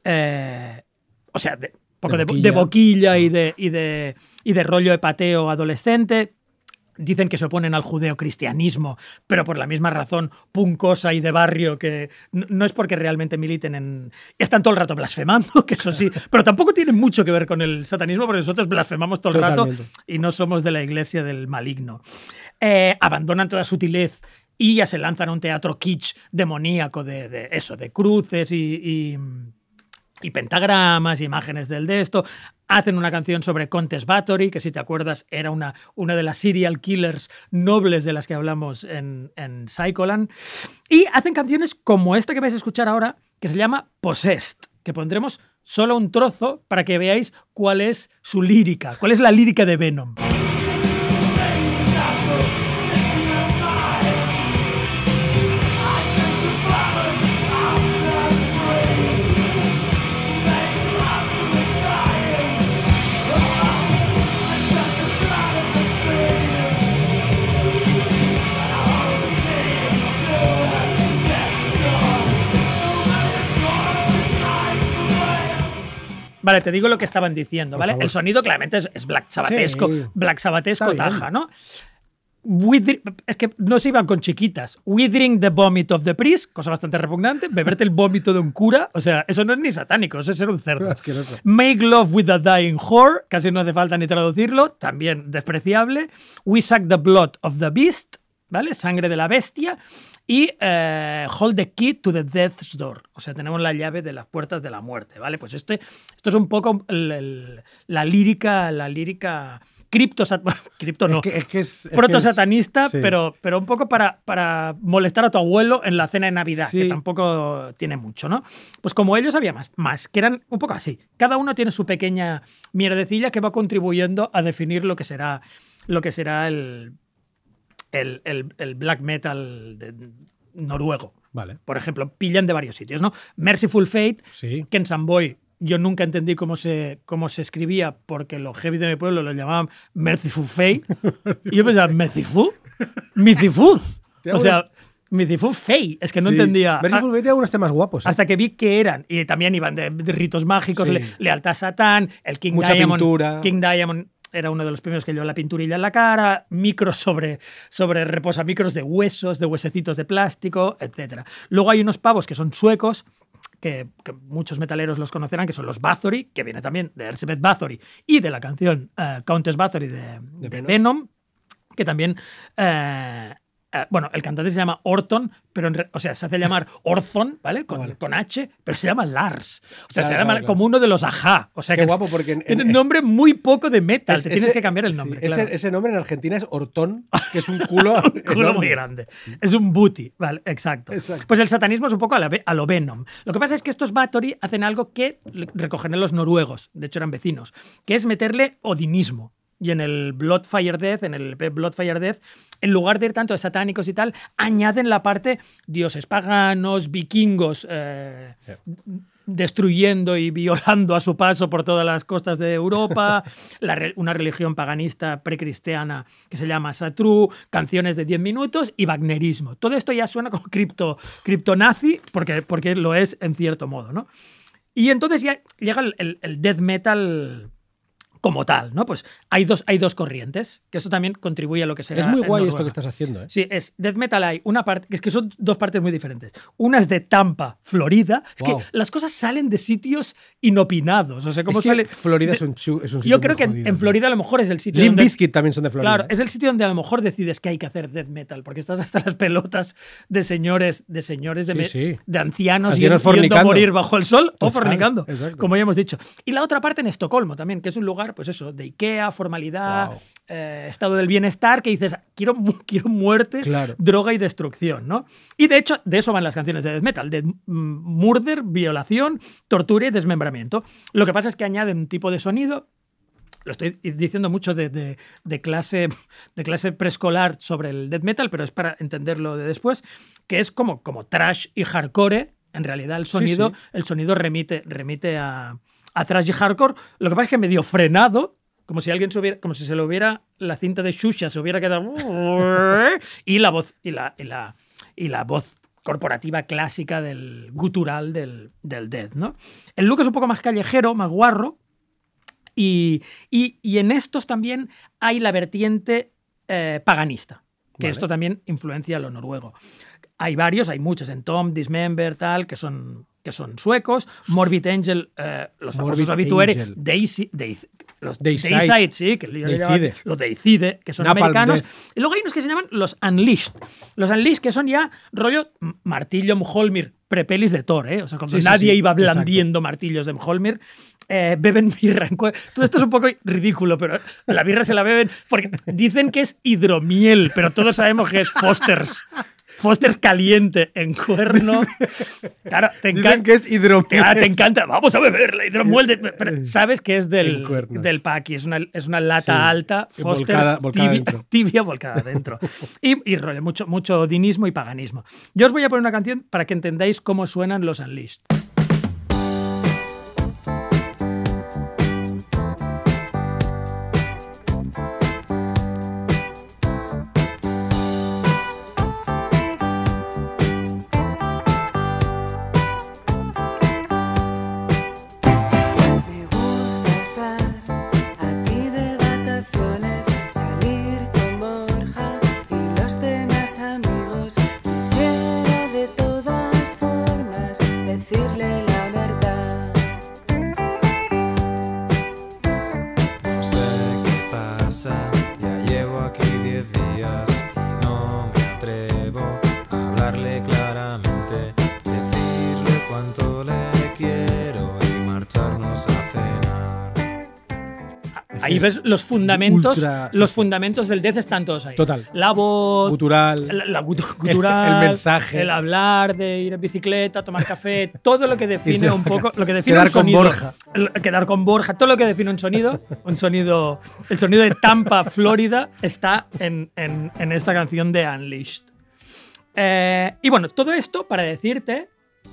eh, o sea, de, poco de boquilla, de, de boquilla y, de, y, de, y de rollo hepateo adolescente. Dicen que se oponen al judeocristianismo, pero por la misma razón puncosa y de barrio, que no es porque realmente militen en... Están todo el rato blasfemando, que eso sí, pero tampoco tiene mucho que ver con el satanismo, porque nosotros blasfemamos todo el Totalmente. rato y no somos de la iglesia del maligno. Eh, abandonan toda sutilez y ya se lanzan a un teatro kitsch demoníaco de, de eso, de cruces y... y y pentagramas, imágenes del de esto. Hacen una canción sobre Countess Bathory, que si te acuerdas era una, una de las serial killers nobles de las que hablamos en, en Psycholand. Y hacen canciones como esta que vais a escuchar ahora, que se llama Possessed, que pondremos solo un trozo para que veáis cuál es su lírica, cuál es la lírica de Venom. Vale, te digo lo que estaban diciendo, ¿vale? El sonido claramente es, es Black Sabbathesco, sí. Black Sabbathesco taja, ¿no? Wither, es que no se iban con chiquitas. Withering the vomit of the priest, cosa bastante repugnante. Beberte el vómito de un cura, o sea, eso no es ni satánico, eso es ser un cerdo. Make love with a dying whore, casi no hace falta ni traducirlo, también despreciable. We suck the blood of the beast, ¿vale? Sangre de la bestia. Y eh, hold the key to the death's door. O sea, tenemos la llave de las puertas de la muerte, ¿vale? Pues este, esto es un poco el, el, la lírica, la lírica cripto, cripto no, es que, es que es, es protosatanista, que es, sí. pero, pero un poco para, para molestar a tu abuelo en la cena de Navidad, sí. que tampoco tiene mucho, ¿no? Pues como ellos había más, más, que eran un poco así. Cada uno tiene su pequeña mierdecilla que va contribuyendo a definir lo que será, lo que será el... El, el, el black metal de, noruego. Vale. Por ejemplo, pillan de varios sitios, ¿no? Merciful Fate, sí. que en Samboy yo nunca entendí cómo se, cómo se escribía porque los heavy de mi pueblo lo llamaban Merciful Fate. Y yo pensaba, ¿Merciful? ¿Mithifuz? O sea, Mithifuz Fate. Es que no sí. entendía. Merciful Fate tiene algunos temas guapos. ¿eh? Hasta que vi que eran. Y también iban de, de ritos mágicos, sí. le, lealtad a Satán, el King Mucha Diamond. Pintura. King Diamond. Era uno de los primeros que llevó la pinturilla en la cara, micros sobre, sobre reposamicros de huesos, de huesecitos de plástico, etcétera. Luego hay unos pavos que son suecos, que, que muchos metaleros los conocerán, que son los Bathory, que viene también de Elisabeth Bathory y de la canción uh, Countess Bathory de, de, de Venom. Venom, que también... Uh, Uh, bueno, el cantante se llama Orton, pero en re, o sea, se hace llamar Orthon, ¿vale? Con, vale. con H, pero se llama Lars. O sea, claro, se llama claro, como uno de los Ajá. O sea, qué que guapo, porque en, tiene un nombre muy poco de metal. Es, te ese, tienes que cambiar el nombre. Sí, claro. ese, ese nombre en Argentina es Ortón, que es un culo, un culo muy grande. Es un booty, vale, exacto. exacto. Pues el satanismo es un poco a, la, a lo Venom. Lo que pasa es que estos Bathory hacen algo que recogen los noruegos, de hecho eran vecinos, que es meterle odinismo. y en el Bloodfire Death, en el Bloodfire Death, en lugar de ir tanto de satánicos y tal, añaden la parte dioses paganos, vikingos, eh, yeah. destruyendo y violando a su paso por todas las costas de Europa, la, una religión paganista precristiana que se llama Satru, canciones de diez minutos y wagnerismo. Todo esto ya suena como cripto, criptonazi, porque, porque lo es en cierto modo, ¿no? Y entonces ya llega el, el, el death metal como tal, ¿no? Pues hay dos, hay dos corrientes, que esto también contribuye a lo que será. Es muy guay Noruega. Esto que estás haciendo, ¿eh? Sí, es death metal hay una parte, es que son dos partes muy diferentes. Una es de Tampa, Florida. Es wow. que las cosas salen de sitios inopinados. O sea, ¿cómo es que sale? Florida de, es, un chu, es un sitio Yo creo muy que jodido, en Florida a lo mejor es el sitio Limp donde... Bizkit también son de Florida. Claro, es el sitio donde a lo mejor decides que hay que hacer death metal, porque estás hasta las pelotas de señores, de señores, de, sí, me, sí. de ancianos, ancianos yendo, yendo a morir bajo el sol Total, o fornicando, exacto. como ya hemos dicho. Y la otra parte en Estocolmo también, que es un lugar, pues eso, de Ikea, formalidad, wow. eh, estado del bienestar, que dices, quiero, quiero muerte, claro. droga y destrucción, ¿no? Y de hecho, de eso van las canciones de death metal, de murder, violación, tortura y desmembramiento. Lo que pasa es que añaden un tipo de sonido, lo estoy diciendo mucho de, de, de clase, de clase preescolar sobre el death metal, pero es para entenderlo de después, que es como, como trash y hardcore. En realidad el sonido, sí, sí. el sonido remite, remite a, a trash y hardcore. Lo que pasa es que medio frenado, como si alguien se hubiera, como si se le hubiera la cinta de Xuxa se hubiera quedado y la voz y la, y la, y la voz corporativa clásica del gutural del, del death, ¿no? El look es un poco más callejero, más guarro, y, y, y en estos también hay la vertiente eh, paganista, que vale. esto también influencia a lo noruego. Hay varios, hay muchos, en Tom, Dismember, tal, que son, que son suecos, Morbid Angel, eh, los famosos obituarios, Daisy, Daisy, los Dayside, Dayside, sí, que llaman, los Deicide, que son Napalm americanos. Death. Y luego hay unos que se llaman los Unleashed. Los Unleashed, que son ya rollo martillo Mjolnir, prepelis de Thor, ¿eh? O sea, cuando sí, nadie sí, sí. iba blandiendo Exacto. martillos de Mjolnir, eh, beben birra. En todo esto es un poco ridículo, pero la birra se la beben porque dicen que es hidromiel, pero todos sabemos que es Foster's. Foster's caliente en cuerno. Claro, te encanta. que es hidromiel. Claro, te encanta. Vamos a beber la hidromiel. De, pero sabes que es del, del Paqui. Es una, es una lata sí. alta. Foster's volcada, volcada tibia, tibia volcada adentro. y y rollo, mucho, mucho dinismo y paganismo. Yo os voy a poner una canción para que entendáis cómo suenan los Unleashed. Ahí ves los fundamentos, Ultra, los sí, fundamentos del death están todos ahí. Total. La voz, gutural, la, la gutural, el, el mensaje, el hablar, de ir en bicicleta, tomar café, todo lo que define se, un poco, lo que define quedar un sonido, con Borja, el, quedar con Borja, todo lo que define un sonido, un sonido, el sonido de Tampa, Florida, está en, en, en esta canción de Unleashed. Eh, y bueno, todo esto para decirte,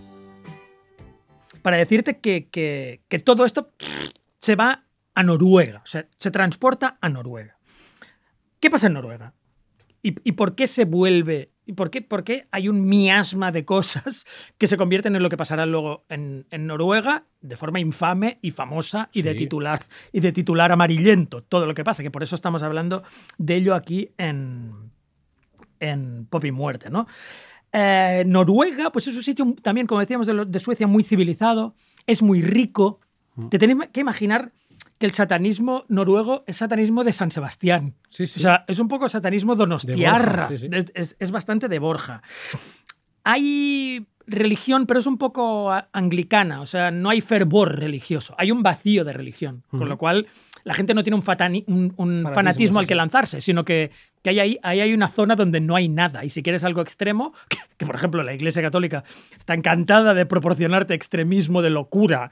para decirte que, que, que todo esto se va a Noruega, o sea, se transporta a Noruega. ¿Qué pasa en Noruega? ¿Y, y por qué se vuelve? ¿Y por qué, por qué hay un miasma de cosas que se convierten en lo que pasará luego en, en Noruega de forma infame y famosa y, sí. de titular, y de titular amarillento? Todo lo que pasa, que por eso estamos hablando de ello aquí en, en Pop y Muerte, ¿no? Eh, Noruega, pues es un sitio también, como decíamos, de, lo, de Suecia, muy civilizado, es muy rico. Mm. Te tenéis que imaginar que el satanismo noruego es satanismo de San Sebastián. Sí, sí. O sea, es un poco satanismo donostiarra. Sí, sí. Es, es, es bastante de Borja. Hay religión, pero es un poco anglicana. O sea, no hay fervor religioso. Hay un vacío de religión. Uh-huh. Con lo cual, la gente no tiene un, fatani, un, un fanatismo, fanatismo al que lanzarse, sino que, que hay ahí, ahí hay una zona donde no hay nada. Y si quieres algo extremo, que, que por ejemplo la Iglesia Católica está encantada de proporcionarte extremismo de locura,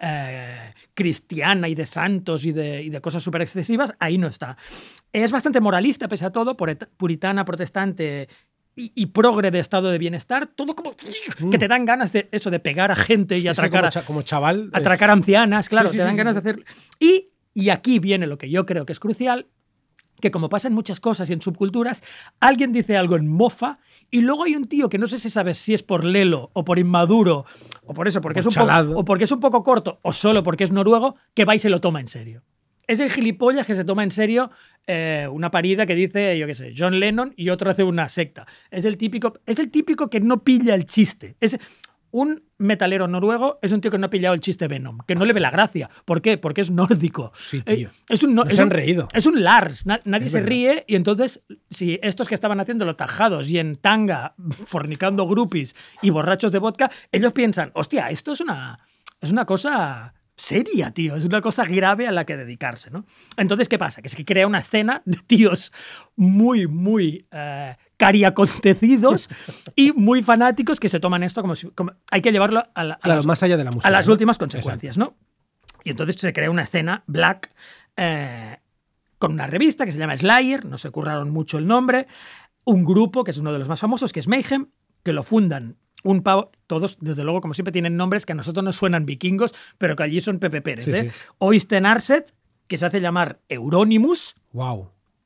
eh, cristiana y de santos y de, y de cosas súper excesivas, ahí no está. Es bastante moralista, pese a todo, puritana, protestante y, y progre de estado de bienestar, todo como mm. que te dan ganas de eso, de pegar a gente y atracar, como, cha, como chaval, a, atracar a ancianas, claro, sí, sí, te dan sí, ganas sí. de hacer... Y, y aquí viene lo que yo creo que es crucial, que como pasa en muchas cosas y en subculturas, alguien dice algo en mofa y luego hay un tío que no sé si sabes si es por lelo o por inmaduro o por eso, porque es un poco, o porque es un poco corto o solo porque es noruego, que va y se lo toma en serio. Es el gilipollas que se toma en serio eh, una parida que dice, yo qué sé, John Lennon y otro hace una secta. Es el típico, es el típico que no pilla el chiste. Es un metalero noruego, es un tío que no ha pillado el chiste Venom, que no le ve la gracia. ¿Por qué? Porque es nórdico. Sí, tío. Eh, es un, no, no es se han un, reído. Es un Lars. Na, nadie es se verdad. ríe y entonces, si estos que estaban haciendo los tajados y en tanga, fornicando groupies y borrachos de vodka, ellos piensan, hostia, esto es una, es una cosa... seria, tío. Es una cosa grave a la que dedicarse, ¿no? Entonces, ¿qué pasa? Que es que crea una escena de tíos muy, muy eh, cariacontecidos y muy fanáticos que se toman esto como si... Como, hay que llevarlo a, la, a, claro, las, más allá de la música, a las ¿no? últimas consecuencias, Exacto. ¿no? Y entonces se crea una escena black eh, con una revista que se llama Slayer, no se curraron mucho el nombre, un grupo que es uno de los más famosos, que es Mayhem, que lo fundan un pavo, todos, desde luego, como siempre, tienen nombres que a nosotros nos suenan vikingos, pero que allí son Pepe Pérez. Sí, ¿eh? sí. Oystein Arset, que se hace llamar Euronymous. Wow.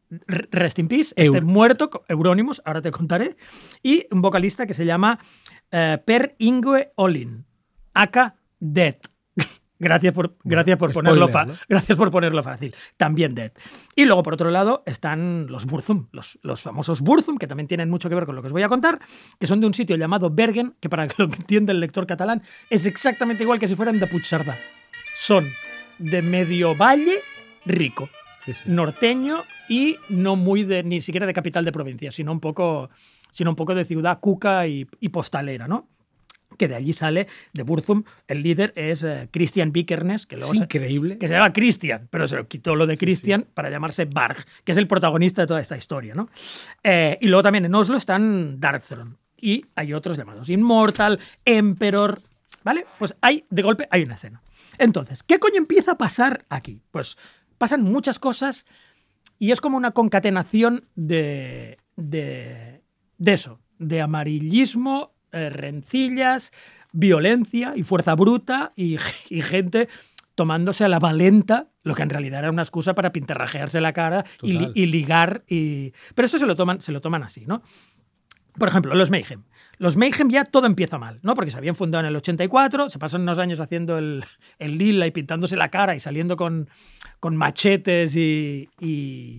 Rest in peace, este Eur muerto, Euronymous, ahora te contaré. Y un vocalista que se llama uh, Per Yngve Olin, aka Dead. Gracias por, gracias, por Spoiler, ponerlo fa- ¿no? gracias por ponerlo fácil. También Dead. Y luego, por otro lado, están los Burzum, los, los famosos Burzum, que también tienen mucho que ver con lo que os voy a contar, que son de un sitio llamado Bergen, que para que lo entienda el lector catalán, es exactamente igual que si fueran de Puigcerdá. Son de medio valle rico, Sí, sí. norteño y no muy de, ni siquiera de capital de provincia, sino un poco, sino un poco de ciudad cuca y, y postalera, ¿no? Que de allí sale, de Burzum, el líder es eh, Christian Vikernes, que luego Es se, increíble. que se llama Christian, pero se lo quitó lo de Christian sí, sí. para llamarse Varg, que es el protagonista de toda esta historia, ¿no? Eh, y luego también en Oslo están Darkthrone y hay otros llamados Immortal, Emperor, ¿vale? Pues hay, de golpe, hay una escena. Entonces, ¿qué coño empieza a pasar aquí? Pues pasan muchas cosas y es como una concatenación de, de, de eso, de amarillismo, eh, rencillas, violencia y fuerza bruta y, y gente tomándose a la valenta, lo que en realidad era una excusa para pintarrajearse la cara y, li, y ligar. Y... Pero esto se lo toman, se lo toman así, ¿no? Por ejemplo, los Mayhem. Los Mayhem ya todo empieza mal, ¿no? Porque se habían fundado en el ochenta y cuatro, se pasan unos años haciendo el, el lila y pintándose la cara y saliendo con, con machetes y, y,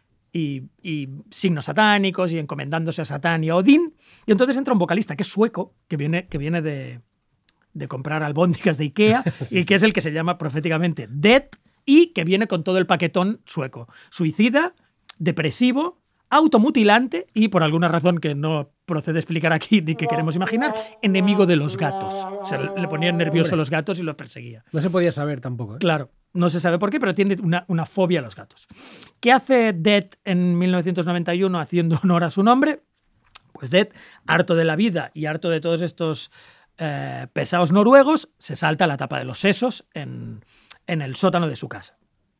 y, y signos satánicos y encomendándose a Satán y a Odín. Y entonces entra un vocalista que es sueco, que viene, que viene de, de comprar albóndigas de Ikea sí, y que sí. es el que se llama proféticamente Dead y que viene con todo el paquetón sueco. Suicida, depresivo, automutilante y, por alguna razón que no procede a explicar aquí ni que queremos imaginar, enemigo de los gatos. O sea, le ponían nervioso a los gatos y los perseguía. No se podía saber tampoco, ¿eh? Claro, no se sabe por qué, pero tiene una, una fobia a los gatos. ¿Qué hace Dead en mil novecientos noventa y uno haciendo honor a su nombre? Pues Dead, harto de la vida y harto de todos estos eh, pesados noruegos, se salta la tapa de los sesos en, en el sótano de su casa.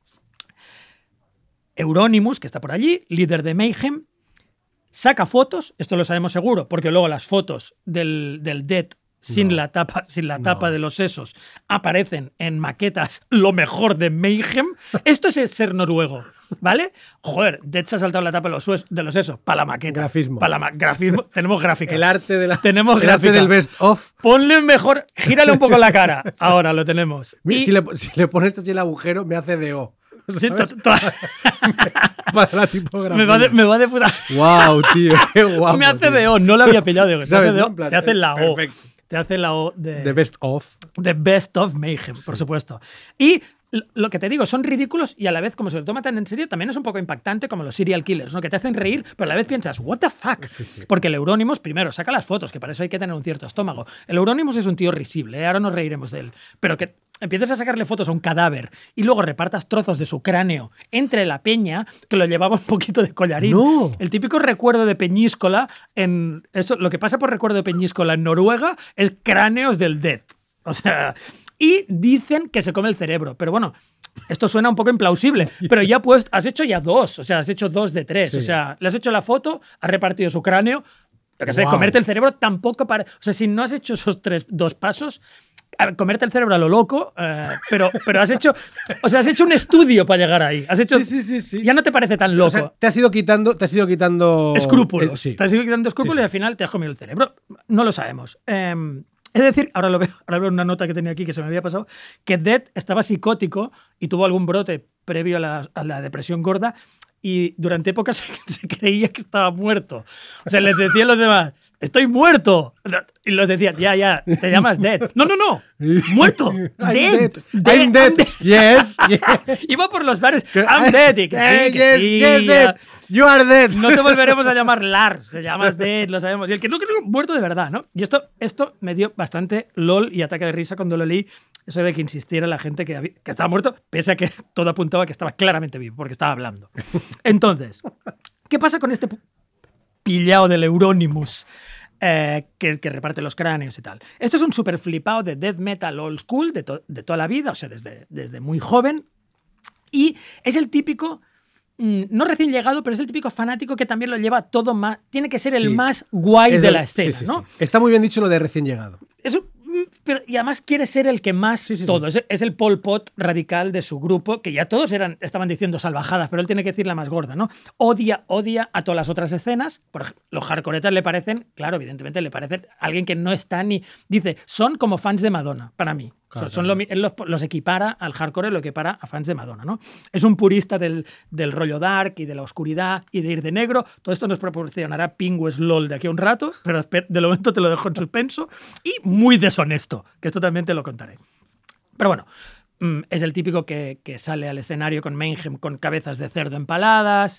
Euronymous, que está por allí, líder de Mayhem, saca fotos, esto lo sabemos seguro, porque luego las fotos del, del Dead sin no. la tapa, sin la tapa no. de los sesos aparecen en maquetas lo mejor de Mayhem. Esto es ser noruego, ¿vale? Joder, Dead se ha saltado la tapa de los, sues, de los sesos para la maqueta. Grafismo. Para la ma grafismo. Tenemos gráfica. El arte, de la, tenemos el arte del best of. Ponle mejor, gírale un poco la cara. Ahora lo tenemos. Y, si, le, si le pones así el agujero, me hace de O. Sí, para la tipografía. Me va de, me va de puta. Wow, tío, qué guapo. Me hace tío. de O, no lo había pillado. Te hace, de o, plan, te hace la O. Perfecto. Te hace la O de. The best of. The best of Mayhem, sí. por supuesto. Y lo que te digo, son ridículos y a la vez, como se lo toma tan en serio, también es un poco impactante como los serial killers, ¿no? Que te hacen reír, pero a la vez piensas, what the fuck? Sí, sí. Porque el Euronymous, primero, saca las fotos, que para eso hay que tener un cierto estómago. El Euronymous es un tío risible, ¿eh? Ahora nos reiremos de él. Pero que empiezas a sacarle fotos a un cadáver y luego repartas trozos de su cráneo entre la peña, que lo llevaba un poquito de collarín. No. El típico recuerdo de Peñíscola, en eso, lo que pasa por recuerdo de Peñíscola en Noruega es cráneos del Dead. O sea, y dicen que se come el cerebro. Pero bueno, esto suena un poco implausible, pero ya pues, has hecho ya dos, o sea, has hecho dos de tres. Sí. O sea, le has hecho la foto, has repartido su cráneo. Lo que sé, wow. Comerte el cerebro tampoco para. O sea, si no has hecho esos tres, dos pasos, a ver, comerte el cerebro a lo loco, eh, pero, pero has hecho. O sea, has hecho un estudio para llegar ahí. Has hecho. Sí, sí, sí, sí. Ya no te parece tan loco. O sea, te has ido quitando. Te has ido quitando. Escrúpulos. Eh, sí. Te has ido quitando escrúpulos sí, sí. Y al final te has comido el cerebro. No lo sabemos. Eh, es decir, ahora lo veo, ahora veo una nota que tenía aquí que se me había pasado, que Dead estaba psicótico y tuvo algún brote previo a la, a la depresión gorda y durante épocas se, se creía que estaba muerto. O sea, les decía a los demás, ¡estoy muerto! Y los decían, ya, ya, te llamas Dead. No, no, no, muerto. I'm Dead. dead. dead. I'm dead. I'm dead. Yes, yes. Iba por los bares, I'm dead. Y que sí, que yes, sí, yes, ya. dead. You are dead. No te volveremos a llamar Lars, te llamas Dead, lo sabemos. Y el que no creo, muerto de verdad, ¿no? Y esto, esto me dio bastante lol y ataque de risa cuando lo leí. Eso de que insistiera la gente que, había, que estaba muerto, pese a que todo apuntaba que estaba claramente vivo, porque estaba hablando. Entonces, ¿qué pasa con este pillao del Euronymous? Eh, que, que reparte los cráneos y tal. Esto es un super flipado de death metal old school de, to, de toda la vida, o sea, desde, desde muy joven. Y es el típico, mmm, no recién llegado, pero es el típico fanático que también lo lleva todo más. Tiene que ser el sí. más guay es de el, la escena, sí, sí, ¿no? Sí. Está muy bien dicho lo de recién llegado. Eso. Pero, y además quiere ser el que más sí, sí, todo. Sí. Es, es el Pol Pot radical de su grupo, que ya todos eran, estaban diciendo salvajadas, pero él tiene que decir la más gorda, ¿no? Odia, odia a todas las otras escenas. Por ejemplo, los hardcoretas le parecen, claro, evidentemente le parecen alguien que no está ni... Dice, son como fans de Madonna, para mí. Claro, son, son claro. lo, él los, los equipara al hardcore, lo equipara a fans de Madonna, ¿no? Es un purista del, del rollo dark y de la oscuridad y de ir de negro. Todo esto nos proporcionará Pingües LOL de aquí a un rato, pero de momento te lo dejo en suspenso. Y muy deshonesto, que esto también te lo contaré. Pero bueno, es el típico que, que sale al escenario con Mayhem con cabezas de cerdo empaladas.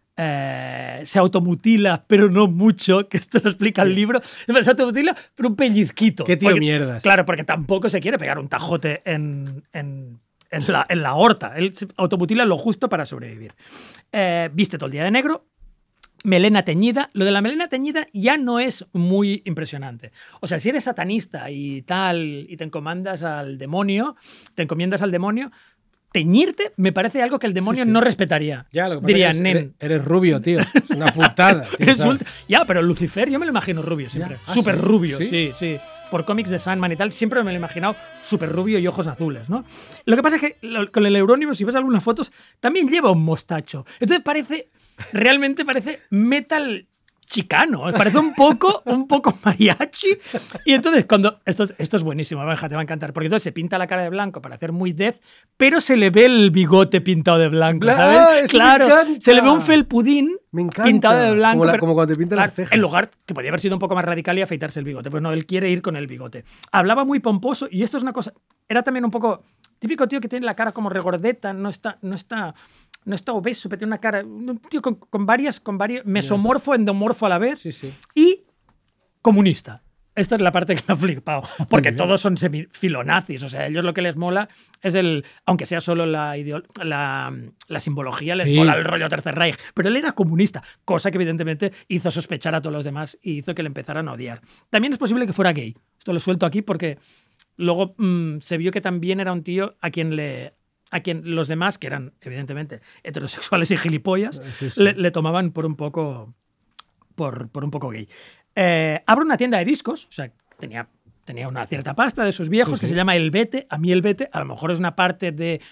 Eh, se automutila, pero no mucho, que esto lo explica el libro. Se automutila, pero un pellizquito. Qué tío porque, mierdas. Claro, porque tampoco se quiere pegar un tajote en, en, en, la, en la aorta. Él se automutila lo justo para sobrevivir. Eh, viste todo el día de negro, melena teñida. Lo de la melena teñida ya no es muy impresionante. O sea, si eres satanista y tal, y te encomandas al demonio, te encomiendas al demonio, teñirte me parece algo que el demonio sí, sí. no respetaría. Ya, lo que diría, pasa es que nen. Eres, eres rubio, tío. Es una putada. Tío, ya, pero Lucifer yo me lo imagino rubio siempre. Ah, súper ¿sí? rubio, ¿sí? sí, sí. Por cómics de Sandman y tal, siempre me lo he imaginado súper rubio y ojos azules, ¿no? Lo que pasa es que con el Euronymous, si ves algunas fotos, también lleva un mostacho. Entonces parece, realmente parece metal chicano, parece un poco, un poco mariachi. Y entonces, cuando. Esto, esto es buenísimo, Benja, te va a encantar. Porque entonces se pinta la cara de blanco para hacer muy death, pero se le ve el bigote pintado de blanco, ¿sabes? Ah, claro, se le ve un felpudín pintado de blanco. Como, la, pero, como cuando te pintan claro, las cejas. En lugar, que podía haber sido un poco más radical y afeitarse el bigote. Pues no, él quiere ir con el bigote. Hablaba muy pomposo, y esto es una cosa. Era también un poco. Típico tío que tiene la cara como regordeta, no está. No está No está obeso, pero tiene una cara. Un tío con, con varias. Con varios, mesomorfo, endomorfo a la vez. Sí, sí. Y comunista. Esta es la parte que me ha flipado. Porque todos son filonazis. O sea, a ellos lo que les mola es el. Aunque sea solo la, ideo, la, la simbología, les sí. mola el rollo Tercer Reich. Pero él era comunista. Cosa que evidentemente hizo sospechar a todos los demás y hizo que le empezaran a odiar. También es posible que fuera gay. Esto lo suelto aquí porque luego mmm, se vio que también era un tío a quien le. A quien los demás, que eran evidentemente heterosexuales y gilipollas, sí, sí. Le, le tomaban por un poco por, por un poco gay. Eh, abre una tienda de discos, o sea, tenía, tenía una cierta pasta de sus viejos sí, que sí. se llama El Vete. A mí El Vete a lo mejor es una parte de,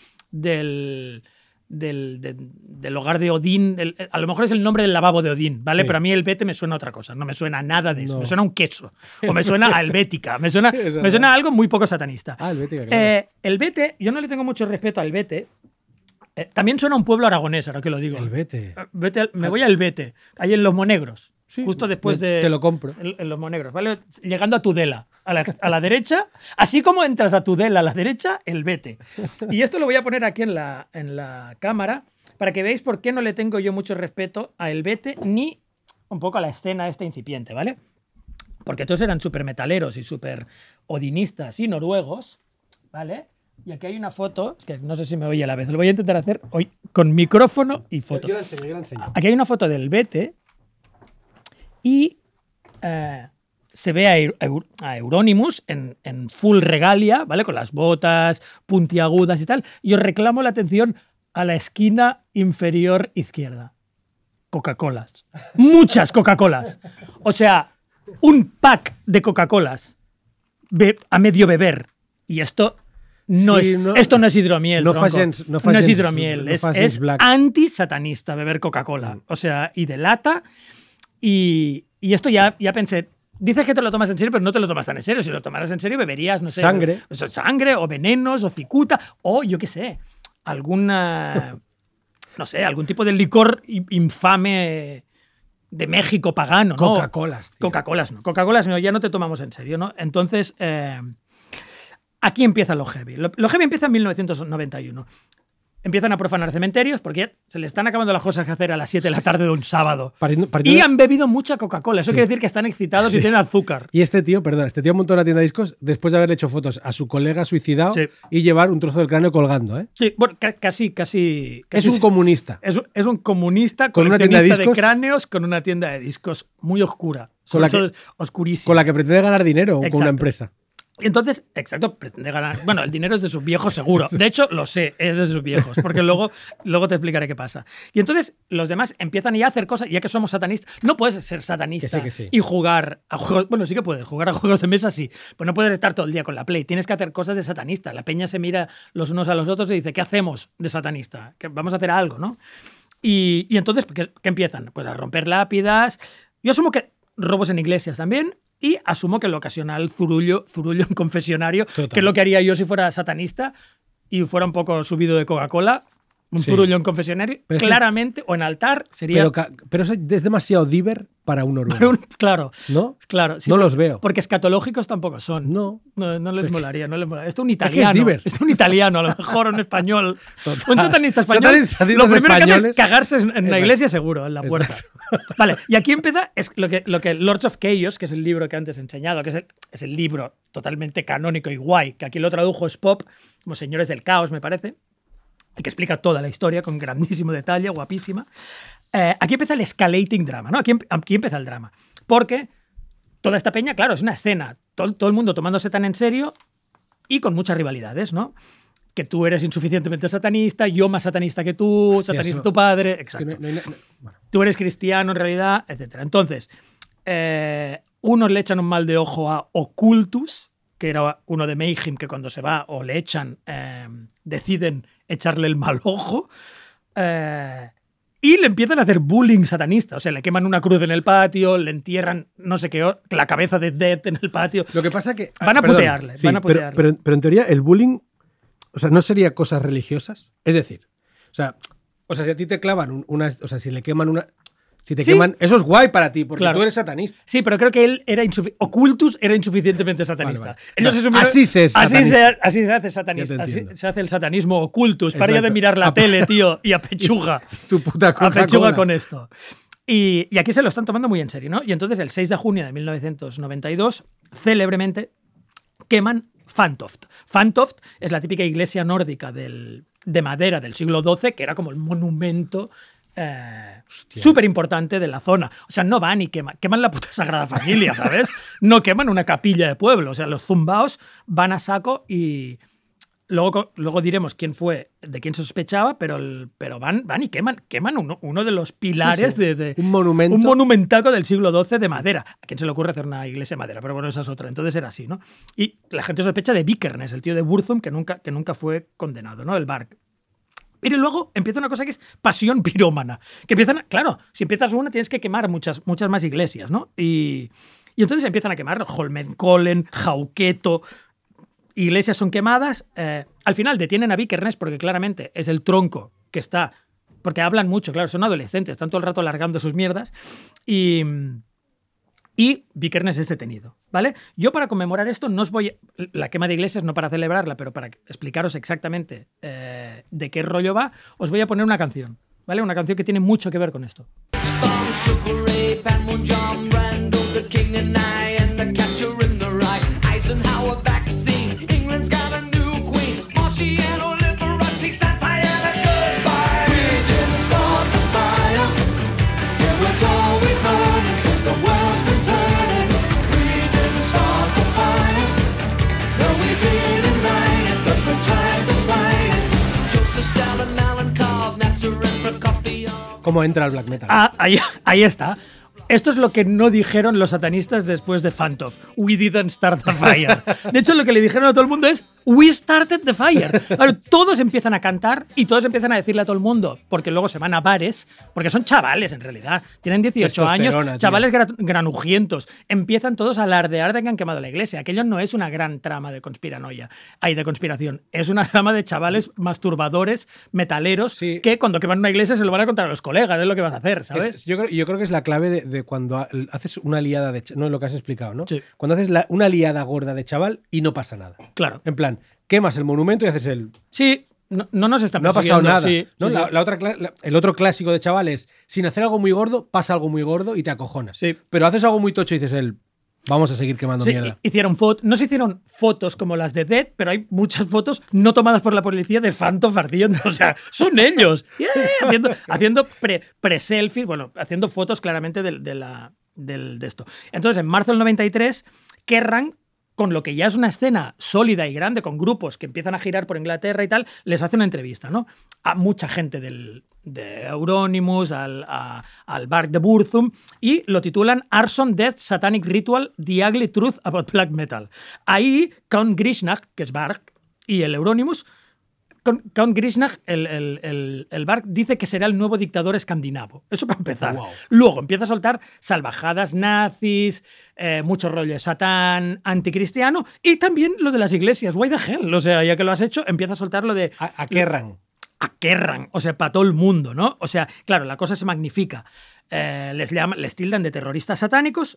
del, del, de, del hogar de Odín, el, a lo mejor es el nombre del lavabo de Odín, ¿vale? Sí. Pero a mí El Vete me suena a otra cosa, no me suena a nada de eso, no. me suena a un queso, o me suena a Helvética, me suena, me suena a algo muy poco satanista. Ah, Helvética, claro. Eh, El Vete, yo no le tengo mucho respeto al Vete. Eh, también suena a un pueblo aragonés, ahora que lo digo. El Vete. Vete me voy al Vete, ahí en Los Monegros. Sí, justo después de... Te lo compro. En, en Los Monegros, ¿vale? Llegando a Tudela, a la, a la derecha. Así como entras a Tudela a la derecha, El Vete. Y esto lo voy a poner aquí en la, en la cámara para que veáis por qué no le tengo yo mucho respeto a El Vete ni un poco a la escena esta incipiente, ¿vale? Porque todos eran súper metaleros y súper odinistas y noruegos, ¿vale? Y aquí hay una foto, es que no sé si me oye a la vez, lo voy a intentar hacer hoy con micrófono y foto. Yo la enseño, yo la enseño. Aquí hay una foto del Vete y eh, se ve a, Eur- a Euronymous en, en full regalia, ¿vale? Con las botas puntiagudas y tal. Y os reclamo la atención a la esquina inferior izquierda. Coca-Colas. Muchas Coca-Colas. O sea, un pack de Coca-Colas be- a medio beber. Y esto no, Sí, es, no- esto no es hidromiel. no tronco. facens- no No es facens- hidromiel. no es facens es black. anti-satanista beber Coca-Cola. O sea, y de lata. Y, y esto ya, ya pensé. Dices que te lo tomas en serio, pero no te lo tomas tan en serio. Si lo tomaras en serio, beberías, no sé. Sangre. o sea, sangre, o venenos, o cicuta, o yo qué sé, alguna. No sé, algún tipo de licor i- infame de México pagano, ¿no? Coca-Colas, tío. Coca-Colas, no. Coca-Colas, no, ya no te tomamos en serio, ¿no? Entonces, eh, aquí empieza lo heavy. Lo, lo heavy empieza en mil novecientos noventa y uno. Empiezan a profanar cementerios porque se le están acabando las cosas que hacer a las siete de la tarde de un sábado. Partiendo- partiendo- Y han bebido mucha Coca-Cola. Eso Sí. quiere decir que están excitados y Sí. tienen azúcar. Y este tío, perdón, este tío montó una tienda de discos después de haberle hecho fotos a su colega suicidado Sí. y llevar un trozo del cráneo colgando, ¿eh? Sí, bueno, ca- casi, casi, Es casi un sí. comunista. Es, un- es un comunista Con una tienda de coleccionista de, discos. cráneos con una tienda de discos muy oscura. Con la Eso que- es oscurísima. Con la que pretende ganar dinero con Exacto. una empresa. Y entonces, exacto, pretende ganar. Bueno, el dinero es de sus viejos seguro. De hecho, lo sé, es de sus viejos, porque luego, luego te explicaré qué pasa. Y entonces los demás empiezan ya a hacer cosas, ya que somos satanistas. No puedes ser satanista Que sí, que sí. y jugar a juegos. Bueno, sí que puedes, jugar a juegos de mesa sí, pero no puedes estar todo el día con la Play. Tienes que hacer cosas de satanista. La peña se mira los unos a los otros y dice, ¿qué hacemos de satanista? Que vamos a hacer algo, ¿no? Y, y entonces, ¿qué, qué empiezan? Pues a romper lápidas. Yo asumo que robos en iglesias también. Y asumo que lo ocasiona el zurullo, zurullo en confesionario, Total. que es lo que haría yo si fuera satanista y fuera un poco subido de Coca-Cola. Un Sí. zurullo en confesionario, Pero es que- claramente, o en altar, sería. Pero, ca- pero eso es demasiado diver para un oruga. Pero un- claro, ¿No? claro. sí, No porque- los veo. Porque escatológicos tampoco son. No. No, no les Es que- molaría, no les molaría. Esto es un Es que es italiano. diver. Esto es un italiano, a lo mejor un español. Total. Un satanista español. Satanistas lo primero que hace españoles. es cagarse en, en la Exacto. iglesia seguro, en la puerta. Vale, y aquí empieza es lo que, lo que Lords of Chaos, que es el libro que antes he enseñado, que es el, es el libro totalmente canónico y guay, que aquí lo tradujo Spop, como Señores del Caos, me parece, y que explica toda la historia con grandísimo detalle, guapísima. Eh, aquí empieza el escalating drama, ¿no? Aquí, em- aquí empieza el drama. Porque toda esta peña, claro, es una escena. Todo, todo el mundo tomándose tan en serio y con muchas rivalidades, ¿no? Que tú eres insuficientemente satanista, yo más satanista que tú, Hostia, satanista eso- tu padre, Que exacto. no- no hay na- no- bueno. Tú eres cristiano en realidad, etcétera. Entonces, eh, unos le echan un mal de ojo a Occultus, que era uno de Mayhem, que cuando se va o le echan, eh, deciden echarle el mal ojo. eh, y le empiezan a hacer bullying satanista. O sea, le queman una cruz en el patio, le entierran no sé qué, o- la cabeza de Death en el patio. Lo que pasa que. Van a ah, perdón, putearle, sí, van a pero- putearle. Pero, pero en teoría, el bullying. O sea, ¿no sería cosas religiosas? Es decir, o sea, o sea si a ti te clavan un- una. O sea, si le queman una. Si te Sí. queman. Eso es guay para ti, porque Claro. tú eres satanista. Sí, pero creo que él era insufi- Occultus era insuficientemente satanista. Vale, vale. Ellos No, se sumieron- así se es así satanista. se, así se hace satanista. Ya te Así entiendo. se hace el satanismo Occultus. Para ya de Exacto. mirar la A- tele, tío, y a pechuga. Tu puta a Coca-Cola. pechuga con esto. Y, y aquí se lo están tomando muy en serio, ¿no? Y entonces el seis de junio de mil novecientos noventa y dos, célebremente, queman Fantoft. Fantoft es la típica iglesia nórdica del, de madera del siglo doce, que era como el monumento eh, súper importante de la zona. O sea, no van y queman, queman la puta Sagrada Familia, ¿sabes? No queman una capilla de pueblo. O sea, los zumbaos van a saco y luego, luego diremos quién fue, de quién se sospechaba, pero, el- pero van, van y queman, queman uno, uno de los pilares Sí, sí. de, de- Un monumento. un monumentaco del siglo doce de madera. ¿A quién se le ocurre hacer una iglesia de madera? Pero bueno, esa es otra. Entonces era así, ¿no? Y la gente sospecha de Vikernes, el tío de Burzum, que nunca, que nunca fue condenado, ¿no? El Bark. Pero luego empieza una cosa que es pasión pirómana. Que empiezan, a- claro, si empiezas una tienes que quemar muchas, muchas más iglesias, ¿no? Y, y entonces empiezan a quemar Holmenkollen, Jauqueto. Iglesias son quemadas. eh, al final detienen a Vikernes porque claramente es el tronco que está. Porque hablan mucho, claro, son adolescentes, están todo el rato largando sus mierdas. Y. Y Vikernes es detenido, ¿vale? Yo para conmemorar esto no os voy... La quema de iglesias no para celebrarla, pero para explicaros exactamente eh, de qué rollo va, os voy a poner una canción, ¿vale? Una canción que tiene mucho que ver con esto. Always burning since the world's been turning. We cómo entra el black metal. Ah, ahí, ahí está. Esto es lo que no dijeron los satanistas después de Fantoff. We didn't start the fire. De hecho, lo que le dijeron a todo el mundo es We started the fire. Claro, todos empiezan a cantar y todos empiezan a decirle a todo el mundo, porque luego se van a bares, porque son chavales en realidad. Tienen dieciocho años, chavales gra- granujientos. Empiezan todos a alardear de que han quemado la iglesia. Aquello no es una gran trama de conspiranoia. Hay de conspiración. Es una trama de chavales masturbadores, metaleros, sí. que cuando queman una iglesia se lo van a contar a los colegas. Es lo que vas a hacer, ¿sabes? Es, yo, creo, yo creo que es la clave de, de cuando haces una liada de... No es lo que has explicado, ¿no? Sí. Cuando haces la, una liada gorda de chaval y no pasa nada. Claro. En plan, quemas el monumento y haces el... Sí, no, no nos están No ha pasado nada. Sí, ¿no? sí, la, sí. La otra, la, el otro clásico de chavales, sin hacer algo muy gordo, pasa algo muy gordo y te acojonas. Sí. Pero haces algo muy tocho y dices el... Vamos a seguir quemando Sí, mierda. Hicieron fotos, no se hicieron fotos como las de Dead, pero hay muchas fotos no tomadas por la policía de Phantom ardiendo. O sea, son ellos. Yeah, haciendo haciendo pre, pre-selfies, bueno, haciendo fotos claramente de, de, la, del, de esto. Entonces, en marzo del noventa y tres, Kerrang, con lo que ya es una escena sólida y grande, con grupos que empiezan a girar por Inglaterra y tal, les hace una entrevista, ¿no? A mucha gente del, de Euronymous, al, a, al Bark de Burzum, y lo titulan Arson, Death, Satanic Ritual, The Ugly Truth About Black Metal. Ahí, Count Grishnach, que es Bark, y el Euronymous, Count Grishnach, el, el, el, el Bark, dice que será el nuevo dictador escandinavo. Eso para empezar. Wow. Luego empieza a soltar salvajadas nazis, eh, mucho rollo de Satán, anticristiano, y también lo de las iglesias. Why the hell? O sea, ya que lo has hecho, empieza a soltar lo de... A, a Kerrang. A Kerrang. O sea, para todo el mundo, ¿no? O sea, claro, la cosa se magnifica. Eh, les, llaman, les tildan de terroristas satánicos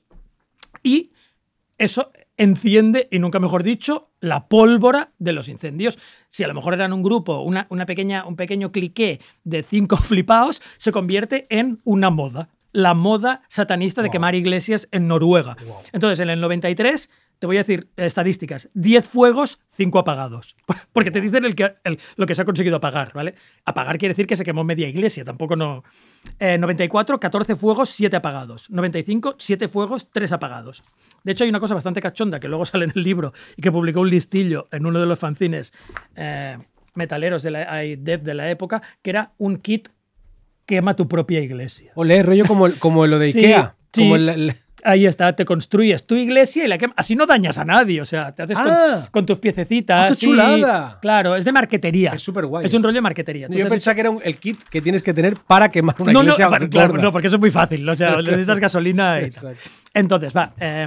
y eso enciende, y nunca mejor dicho, la pólvora de los incendios. Si a lo mejor eran un grupo, una, una pequeña, un pequeño cliqué de cinco flipaos, se convierte en una moda. La moda satanista de wow. quemar iglesias en Noruega. Wow. Entonces, en el noventa y tres, te voy a decir estadísticas, diez fuegos, cinco apagados. Porque te dicen el que, el, lo que se ha conseguido apagar, ¿vale? Apagar quiere decir que se quemó media iglesia, tampoco no... Eh, noventa y cuatro, catorce fuegos, siete apagados. noventa y cinco, siete fuegos, tres apagados. De hecho, hay una cosa bastante cachonda que luego sale en el libro y que publicó un listillo en uno de los fanzines eh, metaleros de la, de, de la época, que era un kit quema tu propia iglesia. Olé, rollo como, como lo de Ikea. Sí, como sí. el, el... Ahí está, te construyes tu iglesia y la quemas. Así no dañas a nadie, o sea, te haces ah, con, con tus piececitas. ¡Ah, qué chulada! Sí, claro, es de marquetería. Es súper guay. Es un rollo de marquetería. Yo pensaba que era un, el kit que tienes que tener para quemar una no, iglesia no, para, gorda. Claro, no, porque eso es muy fácil. O sea, claro. necesitas gasolina y tal. Entonces, va. Eh,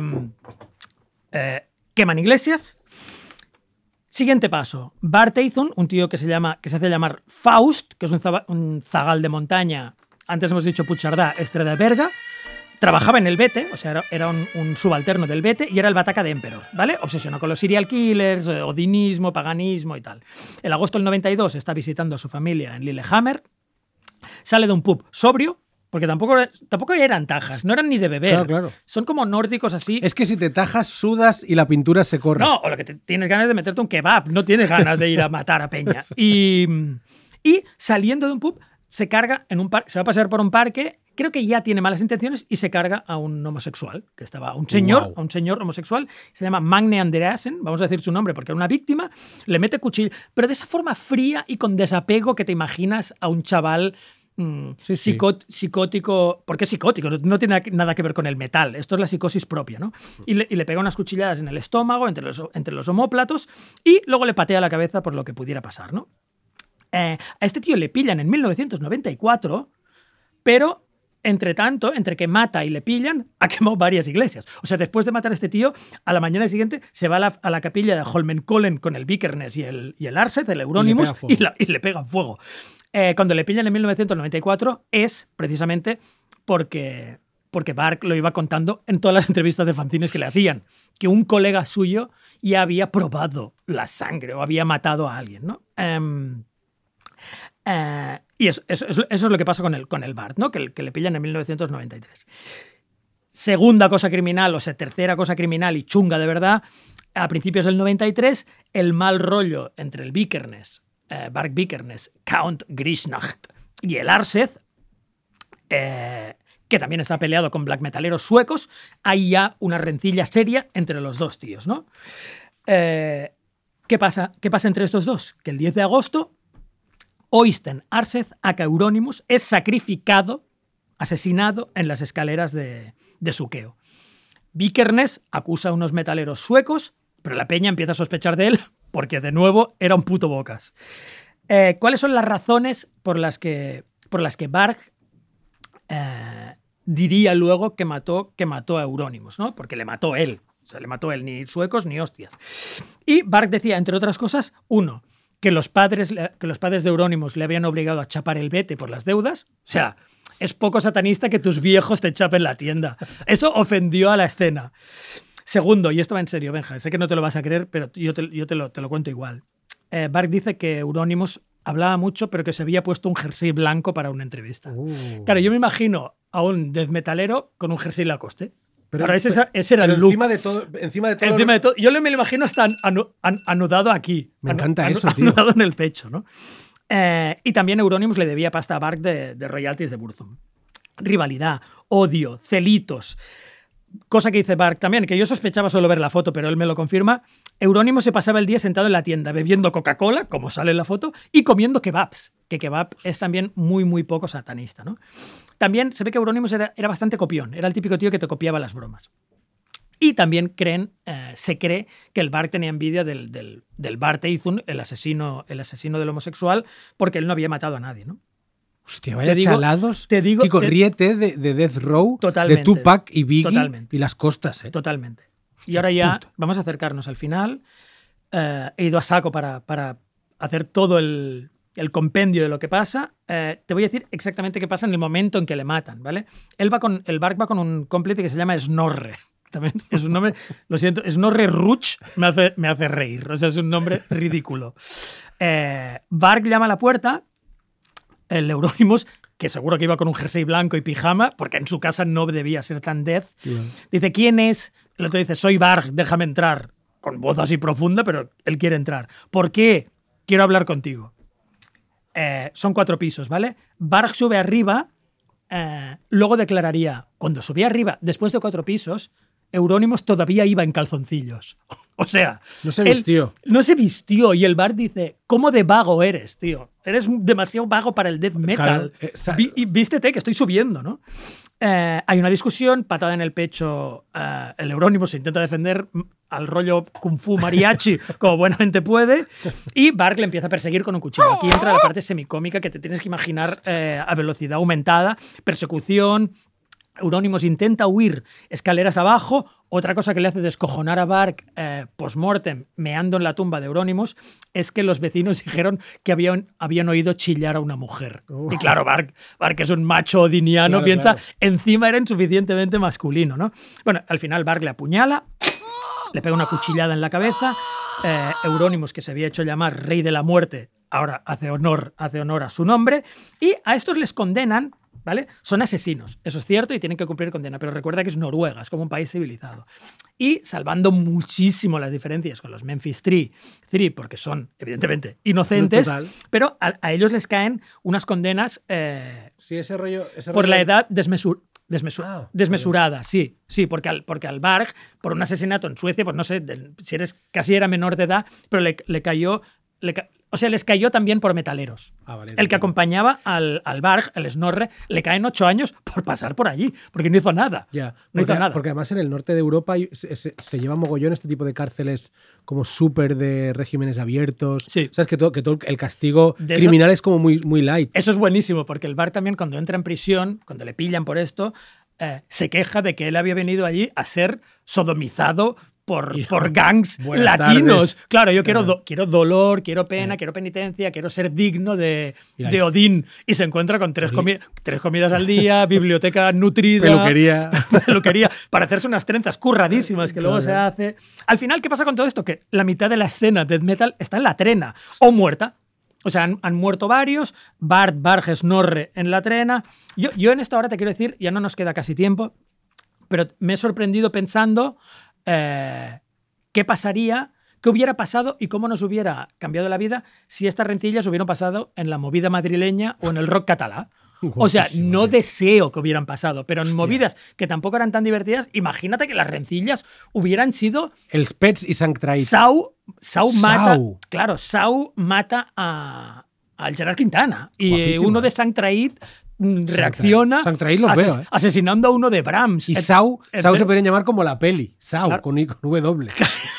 eh, queman iglesias. Siguiente paso. Bart Eithun, un tío que se, llama, que se hace llamar Faust, que es un, zaba, un zagal de montaña. Antes hemos dicho Puigcerdà, Estrella de Berga. Trabajaba en el Bete, o sea, era, era un, un subalterno del Bete y era el Bataca de Emperor, ¿vale? Obsesionado con los serial killers, odinismo, paganismo y tal. En agosto del noventa y dos está visitando a su familia en Lillehammer. Sale de un pub sobrio, porque tampoco, tampoco eran tajas, no eran ni de beber. Claro, claro. Son como nórdicos así. Es que si te tajas, sudas y la pintura se corre. No, o lo que te, tienes ganas de meterte un kebab, no tienes ganas de ir a matar a peña. Y, y saliendo de un pub, se carga en un parque, se va a pasear por un parque. Creo que ya tiene malas intenciones y se carga a un homosexual, que estaba, un señor, wow. a un señor homosexual, se llama Magne Andreasen, vamos a decir su nombre porque era una víctima, le mete cuchillo, pero de esa forma fría y con desapego que te imaginas a un chaval mmm, sí, sí. Psicot, psicótico, porque es psicótico, no, no tiene nada que ver con el metal, esto es la psicosis propia, ¿no? Y le, y le pega unas cuchilladas en el estómago, entre los, entre los omóplatos, y luego le patea la cabeza por lo que pudiera pasar, ¿no? Eh, a este tío le pillan en mil novecientos noventa y cuatro, pero... Entre tanto, entre que mata y le pillan, ha quemado varias iglesias. O sea, después de matar a este tío, a la mañana siguiente se va a la, a la capilla de Holmenkollen con el Vikernes y el, y el Arseth, el Euronymous, y le, y la, y le pegan fuego. Eh, cuando le pillan en mil novecientos noventa y cuatro es precisamente porque, porque Bark lo iba contando en todas las entrevistas de fanzines que le hacían, que un colega suyo ya había probado la sangre o había matado a alguien, ¿no? Um, Uh, y eso, eso, eso, eso es lo que pasa con el, con el Bart, ¿no? Que, que le pillan en mil novecientos noventa y tres. Segunda cosa criminal, o sea, tercera cosa criminal y chunga de verdad, a principios del noventa y tres, el mal rollo entre el Vikernes, eh, Bark Vikernes, Count Grishnach y el Arseth, eh, que también está peleado con black metaleros suecos, hay ya una rencilla seria entre los dos tíos, ¿no? Eh, ¿qué pasa? ¿Qué pasa entre estos dos? Que el diez de agosto Oysten Arseth aka Euronymous es sacrificado, asesinado en las escaleras de, de Suqueo. Vikernes acusa a unos metaleros suecos, pero la peña empieza a sospechar de él porque, de nuevo, era un puto bocas. Eh, ¿Cuáles son las razones por las que, por las que Varg eh, diría luego que mató, que mató a Euronymous, ¿no? Porque le mató él. O sea, le mató él, ni suecos ni hostias. Y Varg decía, entre otras cosas, uno, que los padres, que los padres de Euronymous le habían obligado a chapar el vete por las deudas. O sea, es poco satanista que tus viejos te chapen la tienda. Eso ofendió a la escena. Segundo, y esto va en serio, Benja, sé que no te lo vas a creer, pero yo te, yo te, lo, te lo cuento igual. Eh, Varg dice que Euronymous hablaba mucho, pero que se había puesto un jersey blanco para una entrevista. Uh. Claro, yo me imagino a un death metalero con un jersey Lacoste. Pero Ahora, ese, pero, ese era el look. Encima de todo, encima de todo, encima de todo yo me lo imagino hasta anu, an, anudado aquí. Me encanta anu, eso, anu, tío. Anudado en el pecho, ¿no? Eh, y también Euronymous le debía pasta a Varg de, de royalties de Burzum. Rivalidad, odio, celitos. Cosa que dice Varg también, que yo sospechaba solo ver la foto, pero él me lo confirma. Euronymous se pasaba el día sentado en la tienda bebiendo Coca-Cola, como sale en la foto, y comiendo kebabs, que kebab es también muy, muy poco satanista, ¿no? También se ve que Euronymous era, era bastante copión, era el típico tío que te copiaba las bromas. Y también creen, eh, se cree que el Varg tenía envidia del, del, del Bart Eithun, el asesino, el asesino del homosexual, porque él no había matado a nadie, ¿no? Hostia, vaya te digo, chalados. Te digo, Kiko, te, ríete de, de Death Row, totalmente, de Tupac y Biggie totalmente, y las costas. ¿eh? Totalmente. Hostia, y ahora ya puta. vamos a acercarnos al final. Eh, he ido a saco para, para hacer todo el, el compendio de lo que pasa. Eh, te voy a decir exactamente qué pasa en el momento en que le matan, ¿vale? Él va con, el Varg va con un cómplice que se llama Snorre. También es un nombre, lo siento, Snorre Ruch me hace, me hace reír. O sea, es un nombre ridículo. Eh, Varg llama a la puerta, el Euronymous, que seguro que iba con un jersey blanco y pijama, porque en su casa no debía ser tan death. Yeah. Dice, ¿quién es? El otro dice, soy Varg, déjame entrar. Con voz así profunda, pero él quiere entrar. ¿Por qué? Quiero hablar contigo. Eh, son cuatro pisos, ¿vale? Varg sube arriba, eh, luego declararía, cuando subí arriba, después de cuatro pisos, Euronymous todavía iba en calzoncillos. O sea, no se vistió. Él no se vistió y el Varg dice, ¿cómo de vago eres, tío? Eres demasiado vago para el death metal. Claro, eh, Vi, vístete que estoy subiendo, ¿no? Eh, hay una discusión, patada en el pecho, eh, el Euronymous se intenta defender al rollo Kung Fu Mariachi como buenamente puede y Varg le empieza a perseguir con un cuchillo. Aquí entra la parte semicómica que te tienes que imaginar eh, a velocidad aumentada, persecución. Euronymous intenta huir escaleras abajo. Otra cosa que le hace descojonar a Varg eh, post-mortem, meando en la tumba de Euronymous, es que los vecinos dijeron que habían, habían oído chillar a una mujer. Uh. Y claro, Varg, Varg, que es un macho odiniano, claro, piensa, claro. Encima era insuficientemente masculino, ¿no? Bueno, al final Varg le apuñala, le pega una cuchillada en la cabeza. Eh, Euronymous, que se había hecho llamar Rey de la Muerte, ahora hace honor, hace honor a su nombre. Y a estos les condenan, ¿vale? Son asesinos, eso es cierto, y tienen que cumplir condena, pero recuerda que es Noruega, es como un país civilizado. Y salvando muchísimo las diferencias con los Memphis tres, porque son, evidentemente, inocentes, Total. pero a, a ellos les caen unas condenas eh, sí, ese rollo, ese por rollo... la edad desmesur desmesur ah, desmesurada, sí, sí, porque al, porque al Varg, por un asesinato en Suecia, pues no sé, de, si eres casi era menor de edad, pero le, le cayó... Le ca O sea, les cayó también por metaleros. Ah, vale, el que acompañaba al, al Varg, el Snorre, le caen ocho años por pasar por allí, porque no hizo nada. Ya, no porque, hizo nada. Porque además en el norte de Europa se, se, se lleva mogollón este tipo de cárceles como súper de regímenes abiertos. Sí. Sabes que todo, que todo el castigo de criminal eso, es como muy, muy light. Eso es buenísimo, porque el Varg también cuando entra en prisión, cuando le pillan por esto, eh, se queja de que él había venido allí a ser sodomizado Por, por gangs latinos. Tardes. Claro, yo quiero, do, quiero dolor, quiero pena, eh. quiero penitencia, quiero ser digno de, de Odín. Y se encuentra con tres, comi tres comidas al día, biblioteca nutrida, peluquería. peluquería, para hacerse unas trenzas curradísimas que claro. luego se hace. Al final, ¿qué pasa con todo esto? Que la mitad de la escena de death metal está en la trena o muerta. O sea, han, han muerto varios, Bart, Varg, Snorre en la trena. Yo, yo en esta hora te quiero decir, ya no nos queda casi tiempo, pero me he sorprendido pensando... Eh, ¿qué pasaría, qué hubiera pasado y cómo nos hubiera cambiado la vida si estas rencillas hubieran pasado en la movida madrileña o en el rock catalá? O sea, no deseo que hubieran pasado, pero en Hostia. movidas que tampoco eran tan divertidas, imagínate que las rencillas hubieran sido... El Spets y Sanctraid. Sau, Sau mata... Sau. Claro, Sau mata a... al Gerard Quintana. Y Guapísimo, uno de eh. Sang Traïd reacciona Sang Traïd los veo, eh. asesinando a uno de Brahms. Y Et- Sau, et- Sau se podrían llamar como la peli. Sau, Claro. con, I, con W.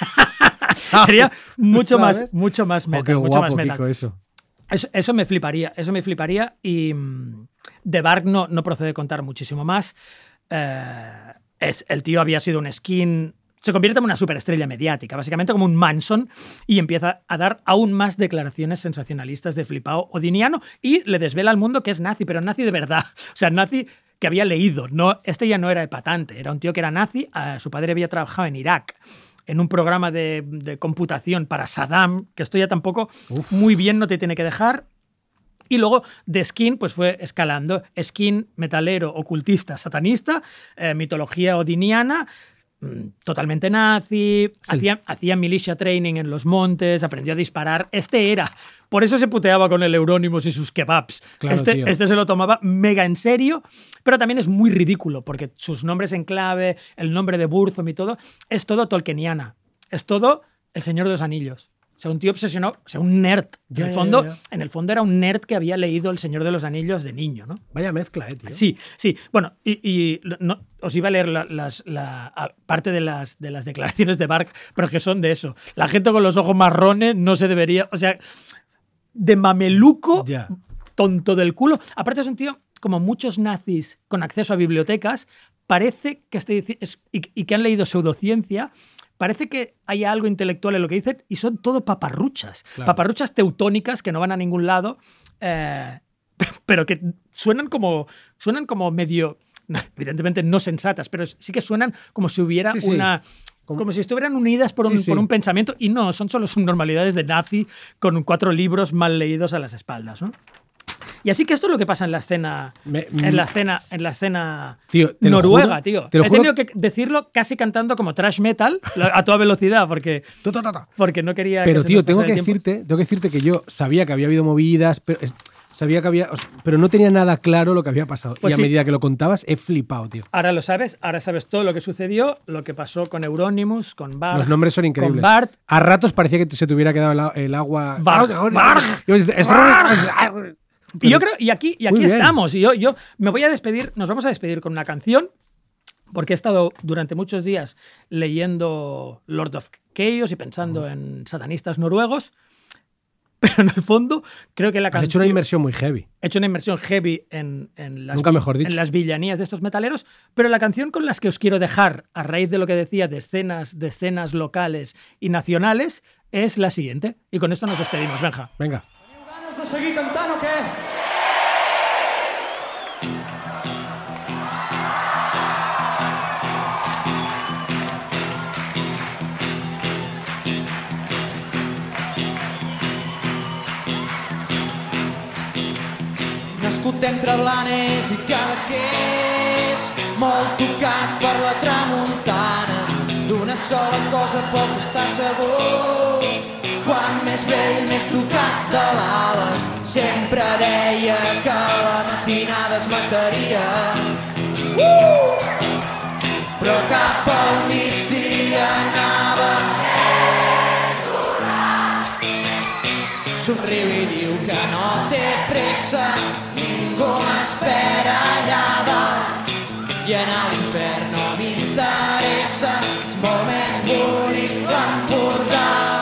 Sería mucho más, ¿Sabes? mucho más Oh, meta. qué mucho más guapo, meta. Kiko, eso. Eso, eso me fliparía, eso me fliparía y mm, de Bark no, no procede contar muchísimo más. Eh, es, el tío había sido un skin, se convierte en una superestrella mediática, básicamente como un Manson, y empieza a dar aún más declaraciones sensacionalistas de flipao odiniano y le desvela al mundo que es nazi, pero nazi de verdad. O sea, nazi que había leído. No, este ya no era hepatante, era un tío que era nazi, eh, su padre había trabajado en Irak en un programa de, de computación para Saddam, que esto ya tampoco Uf. muy bien no te tiene que dejar. Y luego de Skin pues fue escalando. Skin, metalero, ocultista, satanista, eh, mitología odiniana, mmm, totalmente nazi, sí. hacía, hacía militia training en los montes, aprendió a disparar. Este era. Por eso se puteaba con el Euronymous y sus kebabs. Claro, este, este se lo tomaba mega en serio, pero también es muy ridículo, porque sus nombres en clave, el nombre de Burzum y todo, es todo tolkieniana. Es todo El Señor de los Anillos. O sea, un tío obsesionado, o sea, un nerd. Ya, en, el ya, fondo, ya, ya. en el fondo era un nerd que había leído El Señor de los Anillos de niño, ¿no? Vaya mezcla, eh, tío. Sí, sí. Bueno, y, y no, os iba a leer la, las, la parte de las, de las declaraciones de Bark, pero que son de eso. La gente con los ojos marrones no se debería... O sea, de mameluco, Ya. tonto del culo. Aparte es un tío, como muchos nazis con acceso a bibliotecas, parece que este, es, y, y que han leído pseudociencia, parece que hay algo intelectual en lo que dicen y son todo paparruchas. Claro. Paparruchas teutónicas que no van a ningún lado, eh, pero que suenan como, suenan como medio... No, evidentemente no sensatas, pero sí que suenan como si hubiera Sí, sí. una... Como- Como si estuvieran unidas por un, Sí, sí. por un pensamiento, y no, son solo subnormalidades de nazi con cuatro libros mal leídos a las espaldas, ¿no? Y así que esto es lo que pasa en la escena, Me- en la escena, en la escena Tío, te lo noruega, juro- tío. te lo He juro- tenido que decirlo casi cantando como thrash metal a toda velocidad, porque, porque no quería Pero, que se tío, nos tengo pasara que el tiempo. decirte, tengo que decirte que yo sabía que había habido movidas, pero es- sabía que había, o sea, pero no tenía nada claro lo que había pasado. Pues y a sí. medida que lo contabas, he flipado, tío. Ahora lo sabes, ahora sabes todo lo que sucedió, lo que pasó con Euronymous, con Bart. Los nombres son increíbles. Con Bart. A ratos parecía que se te hubiera quedado el, a- el agua. Barg, Ah, Barg, y vos dices, "Es- Barg". Y yo Pero- creo, y aquí, y Muy aquí bien. estamos. Y yo, yo me voy a despedir, nos vamos a despedir con una canción, porque he estado durante muchos días leyendo Lord of Chaos y pensando en satanistas noruegos, pero en el fondo creo que la Has canción... hecho una inmersión muy heavy. He hecho una inmersión heavy en, en, las, Nunca mejor dicho. en las villanías de estos metaleros, pero la canción con las que os quiero dejar, a raíz de lo que decía de escenas, de escenas locales y nacionales, es la siguiente. Y con esto nos despedimos, Benja. Venga. Ganes de seguir cantant o què? Nascut entre Blanes i Cadaqués, molt tocat per la tramuntana, d'una sola cosa pots estar segur. Quan més vell, més tocat de l'ala, sempre deia que la matinada es mataria. Uh! Però cap al migdia anava, somriu i diu que no té pressa, ningú m'espera allà dalt, i anar a l'infern no m'interessa, és molt més bonic l'Empordà.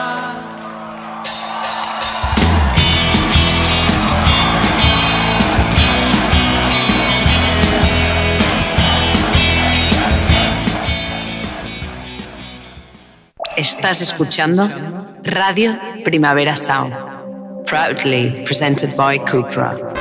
Estás escuchando Radio Primavera Sound, proudly presented by Cupra.